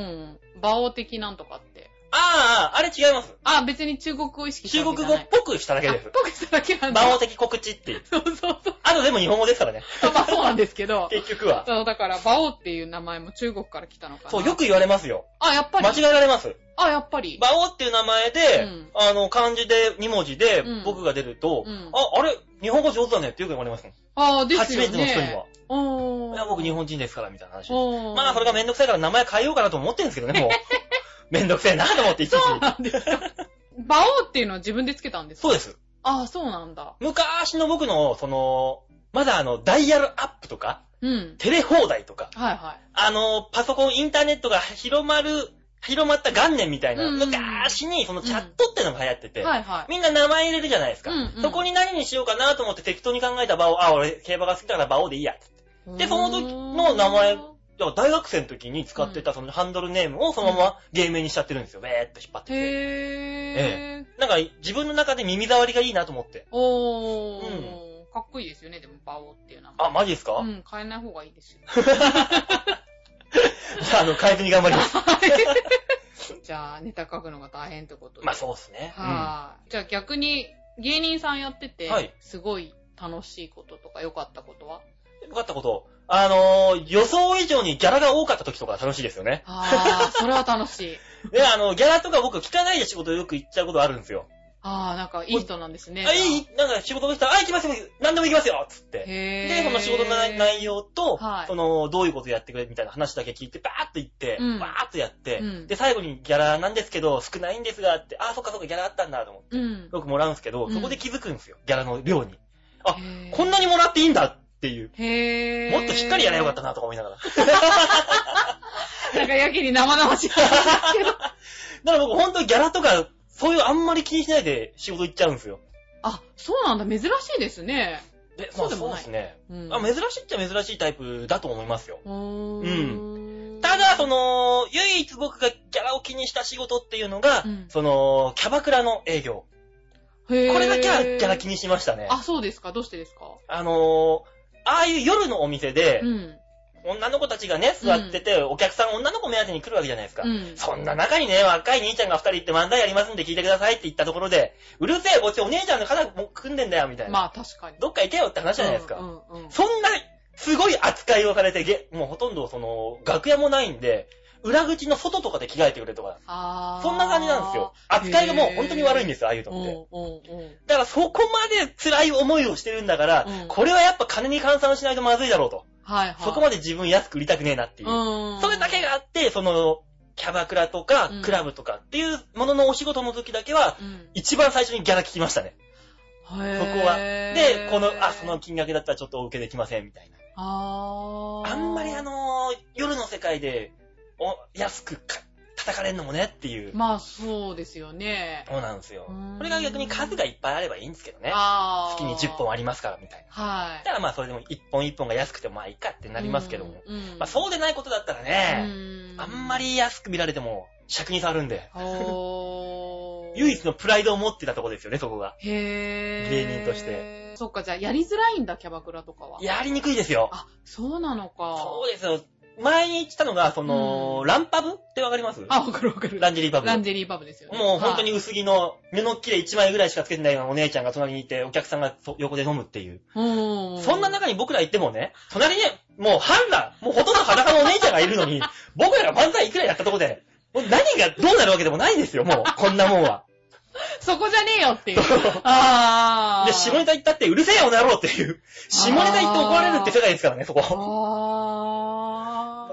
S2: 馬王的なんとかって。
S3: あれ違います。
S2: 別に中国語を意識した
S3: わけじゃない。中国語っぽくしただけです。
S2: ぽくしただけなんだ。
S3: 馬王的告知っていう。
S2: そうそうそう。
S3: あとでも日本語ですからね。
S2: まあそうなんですけど。
S3: 結局は。
S2: そう、だから馬王っていう名前も中国から来たのかな。
S3: そう、よく言われますよ。
S2: やっぱり。
S3: 間違えられます。
S2: やっぱり。
S3: 馬王っていう名前で、漢字で2文字で僕が出ると、あれ日本語上手だねってよく言われますもん。
S2: ですよね。
S3: 初めての人には。いや、僕日本人ですから、みたいな話です。まあ、それがめんどくさいから名前変えようかなと思ってるんですけどね、もう。めんどくせえなと思って、
S2: そうなんですか。馬王っていうのは自分でつけたんですか？
S3: そうです。
S2: そうなんだ。
S3: 昔の僕の、まだダイヤルアップとか、テレ放題とか、
S2: はいはい。
S3: パソコン、インターネットが広まった元年みたいな、昔にチャットってのが流行ってて、みんな名前入れるじゃないですか。そこに何にしようかなと思って適当に考えた馬王、俺競馬が好きだから馬王でいいや、つって。で、その時の名前、大学生の時に使ってたそのハンドルネームをそのまま芸名にしちゃってるんですよ。ベーっと引っ張ってて。なんか自分の中で耳障りがいいなと思って。
S2: かっこいいですよね、でも馬王っていう名
S3: 前。マジですか？
S2: 変えない方がいいですよ。
S3: じゃあ、変えずに頑張ります。
S2: じゃあ、ネタ書くのが大変ってことで。
S3: まあそうですね。
S2: じゃあ逆に、芸人さんやってて、すごい楽しいこととか良かったことは？
S3: 良かったこと。予想以上にギャラが多かった時とか楽しいですよね。
S2: それは楽しい。
S3: で、ギャラとか僕聞かないで仕事よく行っちゃうことあるんですよ。
S2: なんかいい人なんですね。
S3: なんか仕事の人、行きますよ、何でも行きますよつって。で、その仕事の内容と、どういうことやってくれみたいな話だけ聞いて、バーッと言って、バーッとやって、で、最後にギャラなんですけど、少ないんですが、って、そっかそっかギャラあったんだと思って、よくもらうんですけど、そこで気づくんですよ、ギャラの量に。こんなにもらっていいんだっていう。もっとしっかりやればよかったなとか思いながら。
S2: なんかやけに生々しいんですけど。だか
S3: ら僕ほんとギャラとか、そういうあんまり気にしないで仕事行っちゃうんですよ。
S2: そうなんだ。珍しいですね。
S3: そうですね。珍しいっちゃ珍しいタイプだと思いますよ。ただ、唯一僕がギャラを気にした仕事っていうのが、キャバクラの営業。これだけはギャラ気にしましたね。
S2: そうですか。どうしてですか？
S3: ああいう夜のお店で、女の子たちがね、座ってて、お客さん女の子目当てに来るわけじゃないですか。そんな中にね、若い兄ちゃんが二人行って漫才やりますんで聞いてくださいって言ったところで、うるせえ、こっちお姉ちゃんの肩組んでんだよ、みたいな。
S2: まあ確かに。
S3: どっか行けよって話じゃないですか。そんな、すごい扱いをされて、もうほとんど楽屋もないんで、裏口の外とかで着替えてくれとか。そんな感じなんですよ。扱いがもう本当に悪いんですよ、ああいうのって。だからそこまで辛い思いをしてるんだから、これはやっぱ金に換算しないとまずいだろうと。そこまで自分安く売りたくねえなっていう。それだけがあって、キャバクラとか、クラブとかっていうもののお仕事の時だけは、一番最初にギャラ聞きましたね。そこは。で、その金額だったらちょっとお受けできません、みたいな。あんまり夜の世界で、安く叩かれんのもねっていう。
S2: まあそうですよね。
S3: そうなんですよ。これが逆に数がいっぱいあればいいんですけどね。月に10本ありますからみたいな。だからまあそれでも1本1本が安くてもまあいいかってなりますけども。まあそうでないことだったらね、あんまり安く見られても尺に触るんで。唯一のプライドを持ってたとこですよね、そこが。芸人として。
S2: そっか、じゃあやりづらいんだ、キャバクラとかは。
S3: やりにくいですよ。
S2: そうなのか。
S3: そうですよ。前に言ってたのが、ランパブってわかります？
S2: わかるわかる。
S3: ランジェリーパブ。
S2: ランジェリーパブですよね。
S3: もう本当に薄着の、目の切れ1枚ぐらいしかつけてないようなお姉ちゃんが隣にいて、お客さんが横で飲むっていう。そんな中に僕ら行ってもね、隣に、もう半裸、もうほとんど裸のお姉ちゃんがいるのに、僕らが漫才いくらやったとこで、もう何がどうなるわけでもないんですよ、もう。こんなもんは。
S2: そこじゃねえよっていう。で、
S3: 下ネタ言ったってうるせえよ、おなろうっていう。下ネタ言って怒られるって世界ですからね、そこ。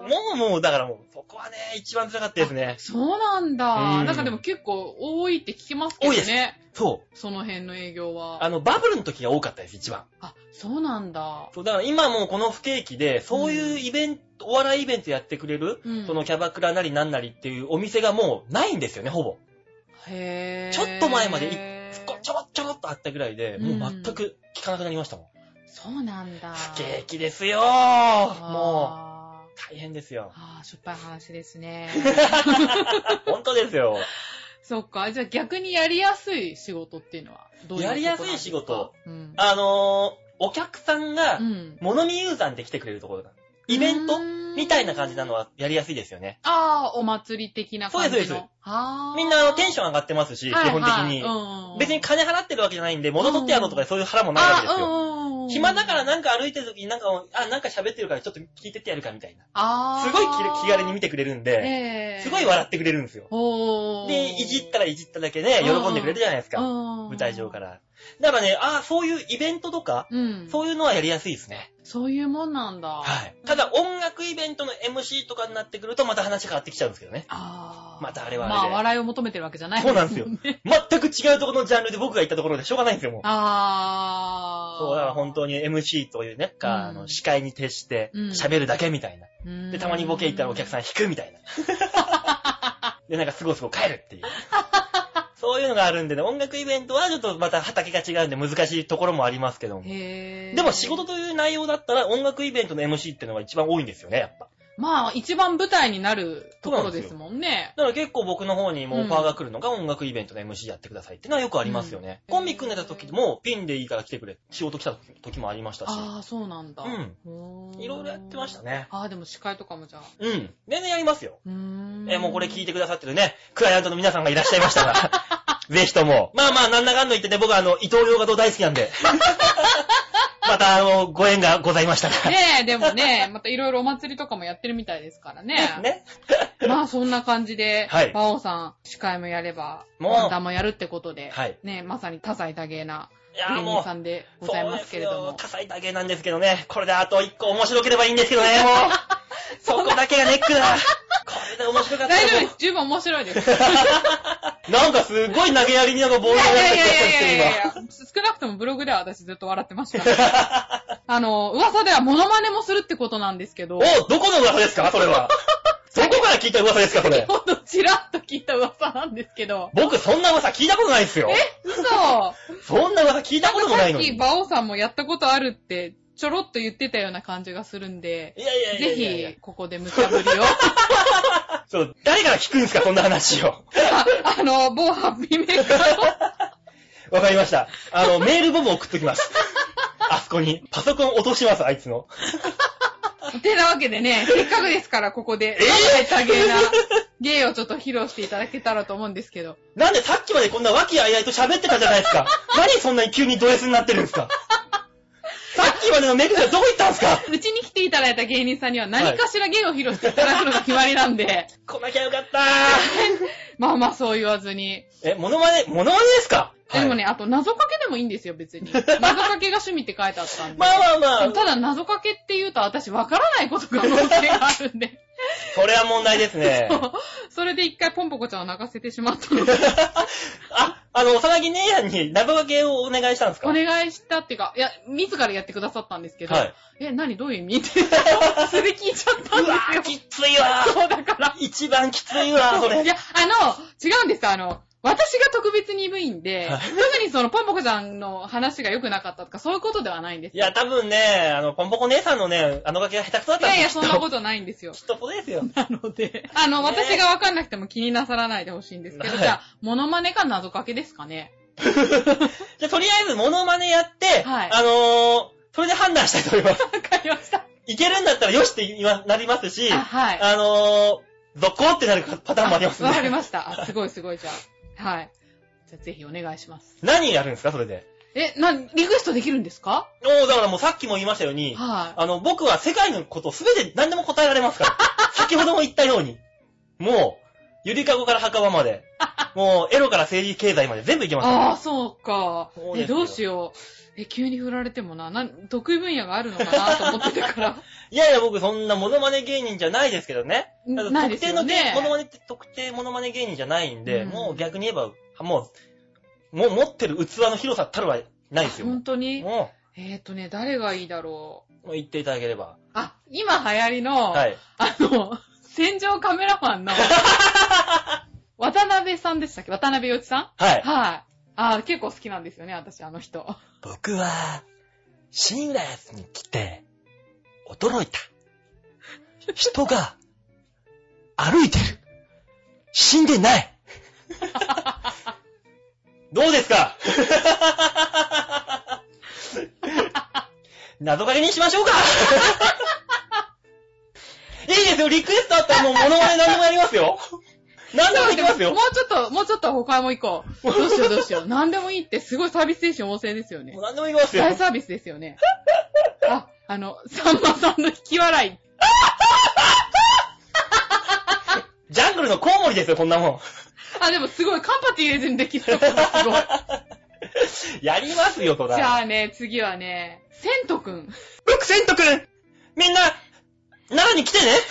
S3: もう、だからもう、そこはね、一番辛かったですね。
S2: そうなんだ。なんかでも結構多いって聞きますけどね。多いです。
S3: そう。
S2: その辺の営業は。
S3: バブルの時が多かったです、一番。
S2: そうなんだ。
S3: そう、だから今もうこの不景気で、そういうイベント、お笑いイベントやってくれる、そのキャバクラなりなんなりっていうお店がもうないんですよね、ほぼ。
S2: へー。
S3: ちょっと前までちょろっとあったぐらいで、もう全く聞かなくなりましたもん。
S2: そうなんだ。
S3: 不景気ですよー。もう。大変ですよ。
S2: しょっぱい話ですね。
S3: 本当ですよ。
S2: そっか。じゃあ逆にやりやすい仕事っていうのはどういうことなんですか？
S3: やりやすい仕事。お客さんが、物見ユーザーで来てくれるところだ。イベントみたいな感じなのはやりやすいですよね。
S2: お祭り的な感じの。
S3: そうです。みんなテンション上がってますし、基本的に。別に金払ってるわけじゃないんで、物取ってやろうとかそういう腹もないわけですよ。暇だからなんか歩いてる時になんか喋ってるからちょっと聞いてってやるかみたいな。すごい気軽に見てくれるんで、すごい笑ってくれるんですよ。で、いじったらいじっただけね、喜んでくれるじゃないですか。舞台上から。だからね、そういうイベントとか、そういうのはやりやすいですね。
S2: そういうもんなんだ。
S3: はい。ただ音楽イベントの MC とかになってくるとまた話変わってきちゃうんですけどね。またあれはあれで。
S2: 笑いを求めてるわけじゃない
S3: ですもんね。そうなんですよ。全く違うところのジャンルで僕が行ったところでしょうがないんですよ、もう。そう、だから本当に MC というね、司会に徹して喋るだけみたいな。で、たまにボケ行ったらお客さん引くみたいな。で、なんかすごい帰るっていう。そういうのがあるんでね、音楽イベントはちょっとまた畑が違うんで難しいところもありますけども。でも仕事という内容だったら音楽イベントの MC っていうのが一番多いんですよね、やっぱ。
S2: 一番舞台になるところですもんね。
S3: だから結構僕の方にもオファーが来るのが音楽イベントの MC やってくださいっていうのはよくありますよね。コンビ組んでた時もピンでいいから来てくれ、仕事来た時もありましたし。
S2: そうなんだ。
S3: いろいろやってましたね。
S2: でも司会とかもじゃあ。
S3: 全然やりますよ。もうこれ聞いてくださってるね、クライアントの皆さんがいらっしゃいましたら、ぜひとも。なんだかんだ言ってね、僕は伊藤洋華堂大好きなんで。またご縁がございましたら。
S2: ねえ、でもね、またいろいろお祭りとかもやってるみたいですからね。ね。そんな感じで、馬王さん、司会もやれば、漫談もやるってことで、ね、まさに多彩多芸な芸人さんでございますけれども。
S3: 多彩多芸なんですけどね、これであと1個面白ければいいんですけどね、もう。そこだけがネックだ。これで面白かったら。
S2: 大丈夫です。十分面白いです。
S3: なんかすごい投げやりにボールをやってきたんですけど、
S2: 今。少なくともブログでは私ずっと笑ってました。噂ではモノマネもするってことなんですけど。
S3: どこの噂ですかそれは。どこから聞いた噂ですかそれ。
S2: ほんとチラッと聞いた噂なんですけど。
S3: 僕そんな噂聞いたことないですよ。
S2: 嘘。
S3: そんな噂聞いたこともないのに。
S2: さっき馬王さんもやったことあるってちょろっと言ってたような感じがするんで。ぜひここで無茶ぶりを。
S3: そう、誰から聞くんですかそんな話を。
S2: 某ハッピーメーカーの。
S3: わかりました。メールボム送っときます。あそこに。パソコン落とします、あいつの。
S2: てなわけでね、せっかくですから、ここで、多芸な芸をちょっと披露していただけたらと思うんですけど。
S3: なんでさっきまでこんな和気あいあいと喋ってたじゃないですか。何そんなに急にド S になってるんですか。さっきまでのメグさんどこ行ったんですか。
S2: うちに来ていただいた芸人さんには何かしら芸を披露していただくのが決まりなんで。
S3: 来なきゃよかった
S2: ー。そう言わずに。
S3: モノマネですか。
S2: でもね、あと謎かけでもいいんですよ、別に。謎かけが趣味って書いてあったんで。ただ謎かけって言うと私わからないことが可能性があるんで。
S3: それは問題ですね。
S2: それで一回ポンポコちゃんを泣かせてしまったので。
S3: 幼木姉やんに謎かけをお願いしたんですか？
S2: お願いしたっていうか、自らやってくださったんですけど、何どういう意味ってそれ聞いちゃったんですよ。
S3: うわきついわ。
S2: そうだから。
S3: 一番きついわ、それ。
S2: いや、違うんです。私が特別に鈍いんで、特にそのポンポコちゃんの話が良くなかったとかそういうことではないんですよ。
S3: いや、多分ね、ポンポコ姉さんのね、かけが下手くそだったんですよ。
S2: いや、そんなことないんですよ。
S3: きっとそうですよ。
S2: なので、私がわかんなくても気になさらないでほしいんですけど、じゃあ、モノマネか謎かけですかね。
S3: じゃあ、とりあえずモノマネやって、それで判断したいと思います。
S2: わかりました。
S3: いけるんだったらよしってなりますし、続行ってなるパターンもありますね。
S2: わかりました。すごい、じゃあ。じゃあぜひお願いします。
S3: 何やるんですかそれで。
S2: リクエストできるんですか？
S3: だからもうさっきも言いましたように、僕は世界のことすべて何でも答えられますから。先ほども言ったように。もう、ゆりかごから墓場まで。もう、エロから政治経済まで全部いけますから。
S2: そうか。どうしよう。 急に振られても得意分野があるのかなと思ってたから。
S3: いやいや、僕そんなモノマネ芸人じゃないですけどね。
S2: ないですよね。
S3: 特定モノマネ芸人じゃないんで、もう逆に言えば、もう持ってる器の広さたるはないですよ。
S2: 本当に？誰がいいだろ
S3: う。言っていただければ。
S2: 今流行りの、はい、戦場カメラマンの、渡辺さんでしたっけ？渡辺陽一さん？
S3: はい。
S2: はい。結構好きなんですよね、私、あの人。
S3: 僕は、新浦安に来て、驚いた。人が、歩いてる。死んでない。どうですか？謎かけにしましょうか。いいですよ、リクエストあったらもうモノマネ何でもやりますよ。何でもできますよ。
S2: もうちょっと他も行こう。どうしよう。何でもいいってすごいサービス精神旺盛ですよね。
S3: 何でもいきますよ。
S2: 大サービスですよね。さんまさんの引き笑い。
S3: ジャングルのコウモリですよ、こんなもん。
S2: でもすごい、カンパティ入れずにできるのがすご
S3: い。やりますよ、とだ。
S2: じゃあね、次はね、セントくん。
S3: 僕、セントくんみんな、奈良に来てね。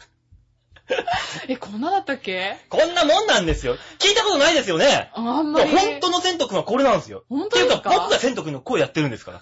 S2: こんなだったっけ？
S3: こんなもんなんですよ。聞いたことないですよね。
S2: あんまり。
S3: 本当のセントくんはこれなんですよ。
S2: 本当ですか？
S3: っていうか、僕がセントくんの声やってるんですから。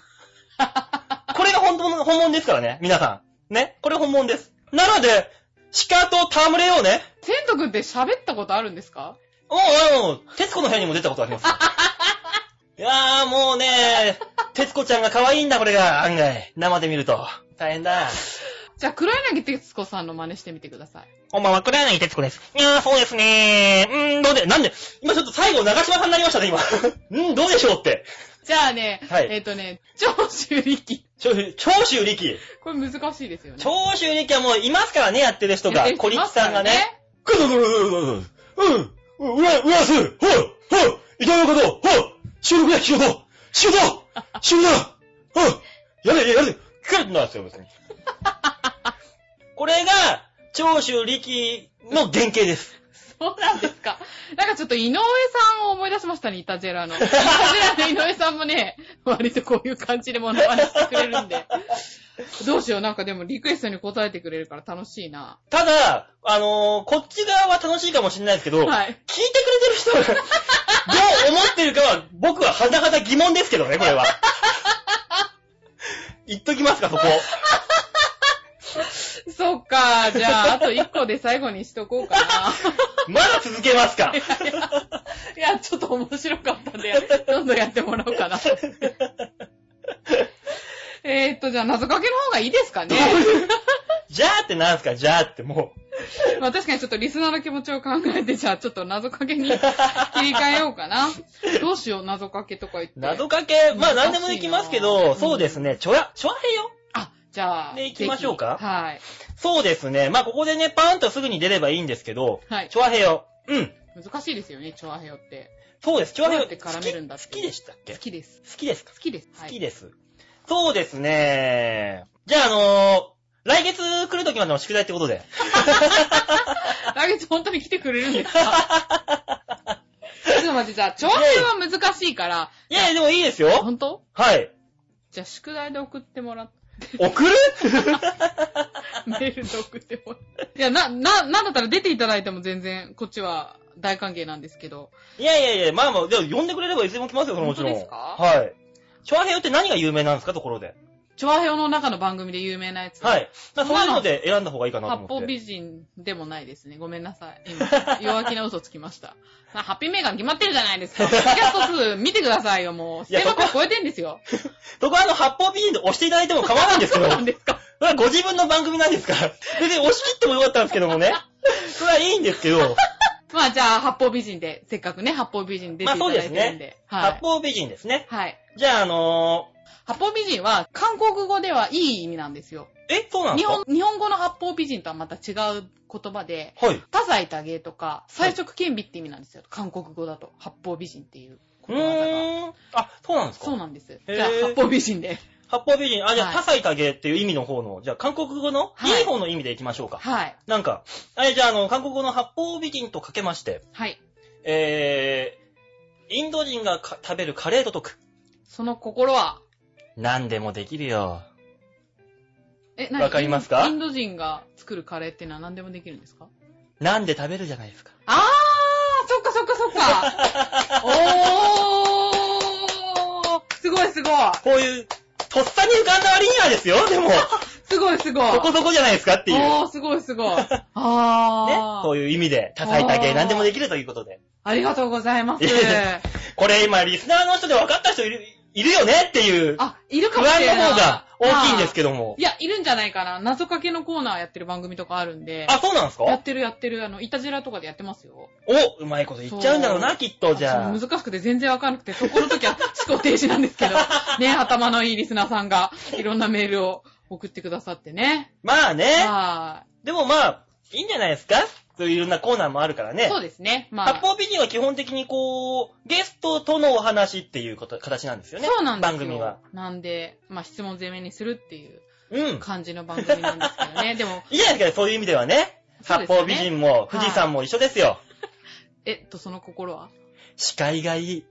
S3: これが本物ですからね、皆さん。ね。これ本物です。なので、鹿と戯れようね。
S2: セントくんって喋ったことあるんですか？
S3: 徹子の部屋にも出たことあります。いやーもうね、徹子ちゃんが可愛いんだ、これが。案外。生で見ると。大変だ。
S2: じゃあ、黒柳徹子さんの真似してみてください。
S3: こんばんは、黒柳徹子です。いやー、そうですねー。なんで、今ちょっと最後長島さんになりましたね、今。どうでしょうって。
S2: じゃあね、はい、長州力。
S3: 長州力。
S2: これ難しいですよね。
S3: 長州力はもういますからね、やってる人が。小力さんがね。うわす、いたよこと、収録だ、仕事だやれ、聞かれてないですよ、別に。これが、長州力の原型です。
S2: そうなんですか。なんかちょっと井上さんを思い出しましたね、イタジェラの。イタジェラの井上さんもね、割とこういう感じでモノマネしてくれるんで。どうしよう、なんかでもリクエストに答えてくれるから楽しいな。
S3: ただ、こっち側は楽しいかもしれないですけど、はい、聞いてくれてる人がどう思ってるかは、僕ははだはだ疑問ですけどね、これは。言っときますか、そこ。
S2: そっか、じゃあ、あと1個で最後にしとこうかな。
S3: まだ続けますか？
S2: いや、ちょっと面白かったんで、どんどんやってもらおうかな。じゃあ、謎かけの方がいいですかね。
S3: じゃあってなんすか？じゃあっても
S2: う。まあ確かにちょっとリスナーの気持ちを考えて、じゃあちょっと謎かけに切り替えようかな。どうしよう、謎かけとか言って。
S3: 謎かけ、まあ何でもできますけど、そうですね、ちょわへよ。
S2: じゃあ。
S3: で、行きましょうか。
S2: はい。
S3: そうですね。まあ、ここでね、パーンとすぐに出ればいいんですけど、はい。チョアヘヨ。
S2: 難しいですよね、チョアヘヨって。
S3: そうです、チョアヘヨ
S2: って絡めるんだって。
S3: 好きでしたっけ？
S2: 好きです。
S3: 好きですか？
S2: 好きです。
S3: 好きです。そうですね。じゃあ来月来るときまでの宿題ってことで。
S2: 来月本当に来てくれるんですか？ちょっと待って、じゃあ、チョアヘヨは難しいから。
S3: いやいや、でもいいですよ。
S2: 本当？
S3: はい。
S2: じゃあ、宿題で送ってもらって。
S3: 送る？
S2: メールで送ってもらって。いや、なんだったら出ていただいても全然、こっちは大歓迎なんですけど。
S3: いや、まあ、でも呼んでくれればいつでも来ますよ、もちろん。
S2: 本当ですか？
S3: はい。チョアヘヨって何が有名なんですか、ところで。
S2: チョアヘヨの中の番組で有名なやつ。
S3: はい。そういうので選んだ方がいいかなと思って。
S2: 八方美人でもないですね。ごめんなさい。今、弱気な嘘つきました。ハッピーメーカー決まってるじゃないですか。キャスト数見てくださいよ、もう。1600超えてんですよ。
S3: そこは八方美人で押していただいても構わないんですけど。
S2: なんですか？
S3: それはご自分の番組なんですから。別に押し切ってもよかったんですけどもね。それはいいんですけど。
S2: まあじゃあ、八方美人で、せっかくね、八方美人出ていただいてるんで。まあそうですね。
S3: はい。八方美人ですね。
S2: はい。
S3: じゃあ
S2: 八方美人は、韓国語ではいい意味なんですよ。
S3: そうなんですか？
S2: 日本語の八方美人とはまた違う言葉で、
S3: はい。
S2: 多彩多芸とか、彩色兼備って意味なんですよ。韓国語だと。八方美人っていう言葉が。
S3: そうなんですか？
S2: そうなんです。じゃあ、八方美人で。
S3: 八方美人。じゃあ、多彩多芸っていう意味の方の、じゃあ、韓国語の、いい方の意味でいきましょうか。
S2: はい。
S3: なんか、じゃあ、韓国語の八方美人とかけまして、
S2: はい。
S3: インド人が食べるカレーと解く。
S2: その心は、
S3: 何でもできるよ。
S2: わ
S3: かりますか？
S2: インド人が作るカレーってのは何でもできるんですか？
S3: 何で食べるじゃないですか。
S2: あー、そっか。おー、すごい。
S3: こういう、とっさに浮かんだ割にはですよ、でも。
S2: すごい。
S3: そこそこじゃないですかっていう。
S2: おー、すごい。あー。
S3: ね、そういう意味で、多彩多芸何でもできるということで。
S2: ありがとうございます。
S3: これ今、リスナーの人で分かった人いるよねっていう。
S2: いるかもしれない。
S3: 不安の方が大きいんですけども。
S2: いや、いるんじゃないかな。謎かけのコーナーやってる番組とかあるんで。
S3: あ、そうなんですか？
S2: やってる。イタジラとかでやってますよ。
S3: うまいこと言っちゃうんだろうな、きっと、じゃあ。
S2: 難しくて全然わかんなくて、そこの時は思考停止なんですけど、ね、頭のいいリスナーさんがいろんなメールを送ってくださってね。
S3: まあね。でもまあ、いいんじゃないですか？そういういろんなコーナーもあるからね。
S2: そうですね。
S3: 八方美人は基本的にゲストとのお話っていう形なんですよね。
S2: そうなんですよ。
S3: 番組は。
S2: なんで、質問攻めにするっていう感じの番組なんですけどね。でも。
S3: いいじゃないですか、そういう意味ではね。八方美人も富士山も一緒ですよ。
S2: その心は？
S3: 司会がいい。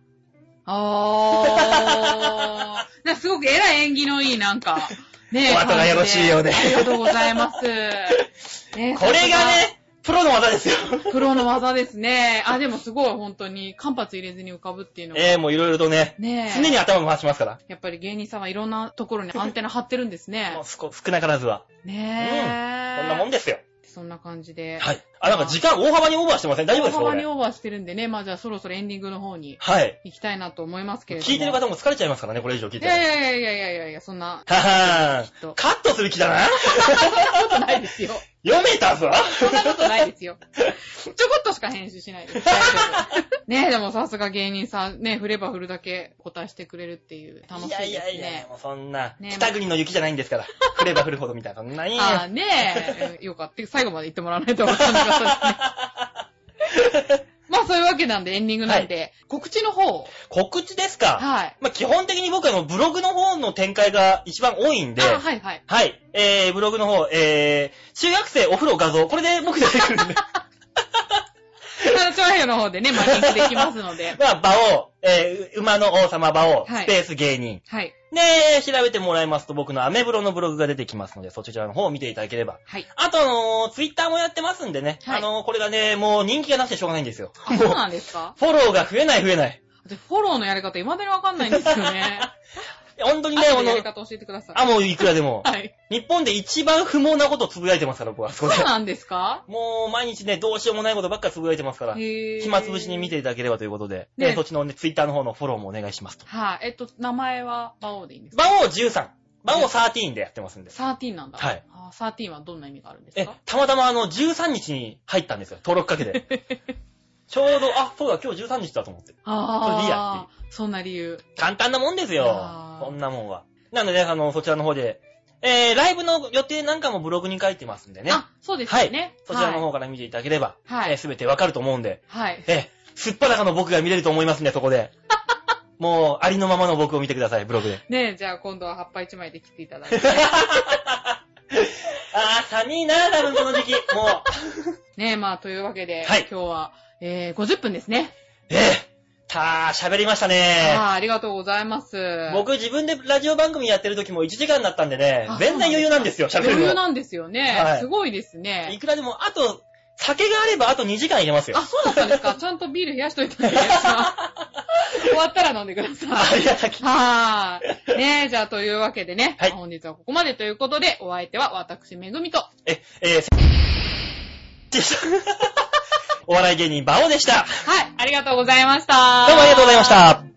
S2: すごく偉い縁起のいいなんか。ねえ。
S3: お後がよろしいようで。
S2: ありがとうございます。こ
S3: れがね、プロの技ですよ。
S2: プロの技ですね。でもすごい本当に間髪入れずに浮かぶっていうのは。
S3: もういろいろとね。常に頭回しますから。
S2: やっぱり芸人さんはいろんなところにアンテナ張ってるんですね。
S3: もう少なからずは。
S2: ね
S3: え。こんなもんですよ。
S2: そんな感じで。
S3: はい。なんか時間大幅にオーバーしてません？大丈夫ですか？
S2: 大幅にオーバーしてるんでね。じゃあそろそろエンディングの方に。行きたいなと思いますけれども。
S3: 聞いてる方も疲れちゃいますからね、これ以上聞いてる。
S2: いや、そんな。
S3: カットする気だな。
S2: そんなことないですよ。
S3: 読めたぞ。
S2: そんなことないですよ。ちょこっとしか編集しないです。ねえ、でもさすが芸人さん、ね、振れば振るだけ答えしてくれるっていう楽しいですね。
S3: いや、もうそんな、北国の雪じゃないんですから。振れば振るほどみたいな、そんなに。
S2: ねえ、よかった。最後まで言ってもらわないとわかんなかったですね。そういうわけなんでエンディングなんで、告知の方。
S3: 告知ですか？基本的に僕はブログの方の展開が一番多いんで。はい。ブログの方、中学生お風呂画像、これで僕出てくるんで。
S2: 長編の方でね、リンクできますので。
S3: 馬王、馬の王様馬王、スペース芸人。で、調べてもらいますと僕のアメブロのブログが出てきますので、そちらの方を見ていただければ。あとツイッターもやってますんでね。これがね、もう人気がなくてしょうがないんですよ。
S2: そうなんですか？
S3: フォローが増えない。フ
S2: ォローのやり方未だにわかんないんですよね。
S3: 本当にね、
S2: やり方教えてください。
S3: もういくらでも。日本で一番不毛なことをつぶやいてますから、僕は。
S2: そうなんですか？
S3: もう毎日ね、どうしようもないことばっかりつぶやいてますから。暇つぶしに見ていただければということで。そっちのね、ツイッターの方のフォローもお願いしますと。
S2: 名前は馬王でいいんですか？
S3: 馬王13。馬王13でやってますんで。
S2: 13なんだ。13はどんな意味があるんですか？
S3: たまたま13日に入ったんですよ。登録かけて。ちょうど、そうだ、今日13日だと思って。それでいいやっていう。
S2: そんな理由。
S3: 簡単なもんですよ。そんなもんは。なので、そちらの方で、ライブの予定なんかもブログに書いてますんでね。
S2: そうですよね。
S3: そちらの方から見ていただければ、すべてわかると思うんで、すっぱだかの僕が見れると思いますんで、そこで。もう、ありのままの僕を見てください、ブログで。
S2: ねえ、じゃあ今度は葉っぱ1枚で切っていただいて。
S3: 寒いな、多分この時期。も
S2: う。ねえ、というわけで、今日は、50分ですね。
S3: 喋りましたね。
S2: ありがとうございます。
S3: 僕自分でラジオ番組やってる時も1時間だったんでね、全然余裕なんですよ、喋るの。
S2: 余裕なんですよね。すごいですね。
S3: いくらでも、酒があればあと2時間入れますよ。
S2: そうだったんですか？ちゃんとビール冷やしといたんですか？終わったら飲んでください。
S3: ありがたき。
S2: ねえ、じゃあというわけでね、本日はここまでということで、お相手は私、めぐみと。
S3: お笑い芸人、馬王でした。
S2: ありがとうございました。
S3: どうもありがとうございました。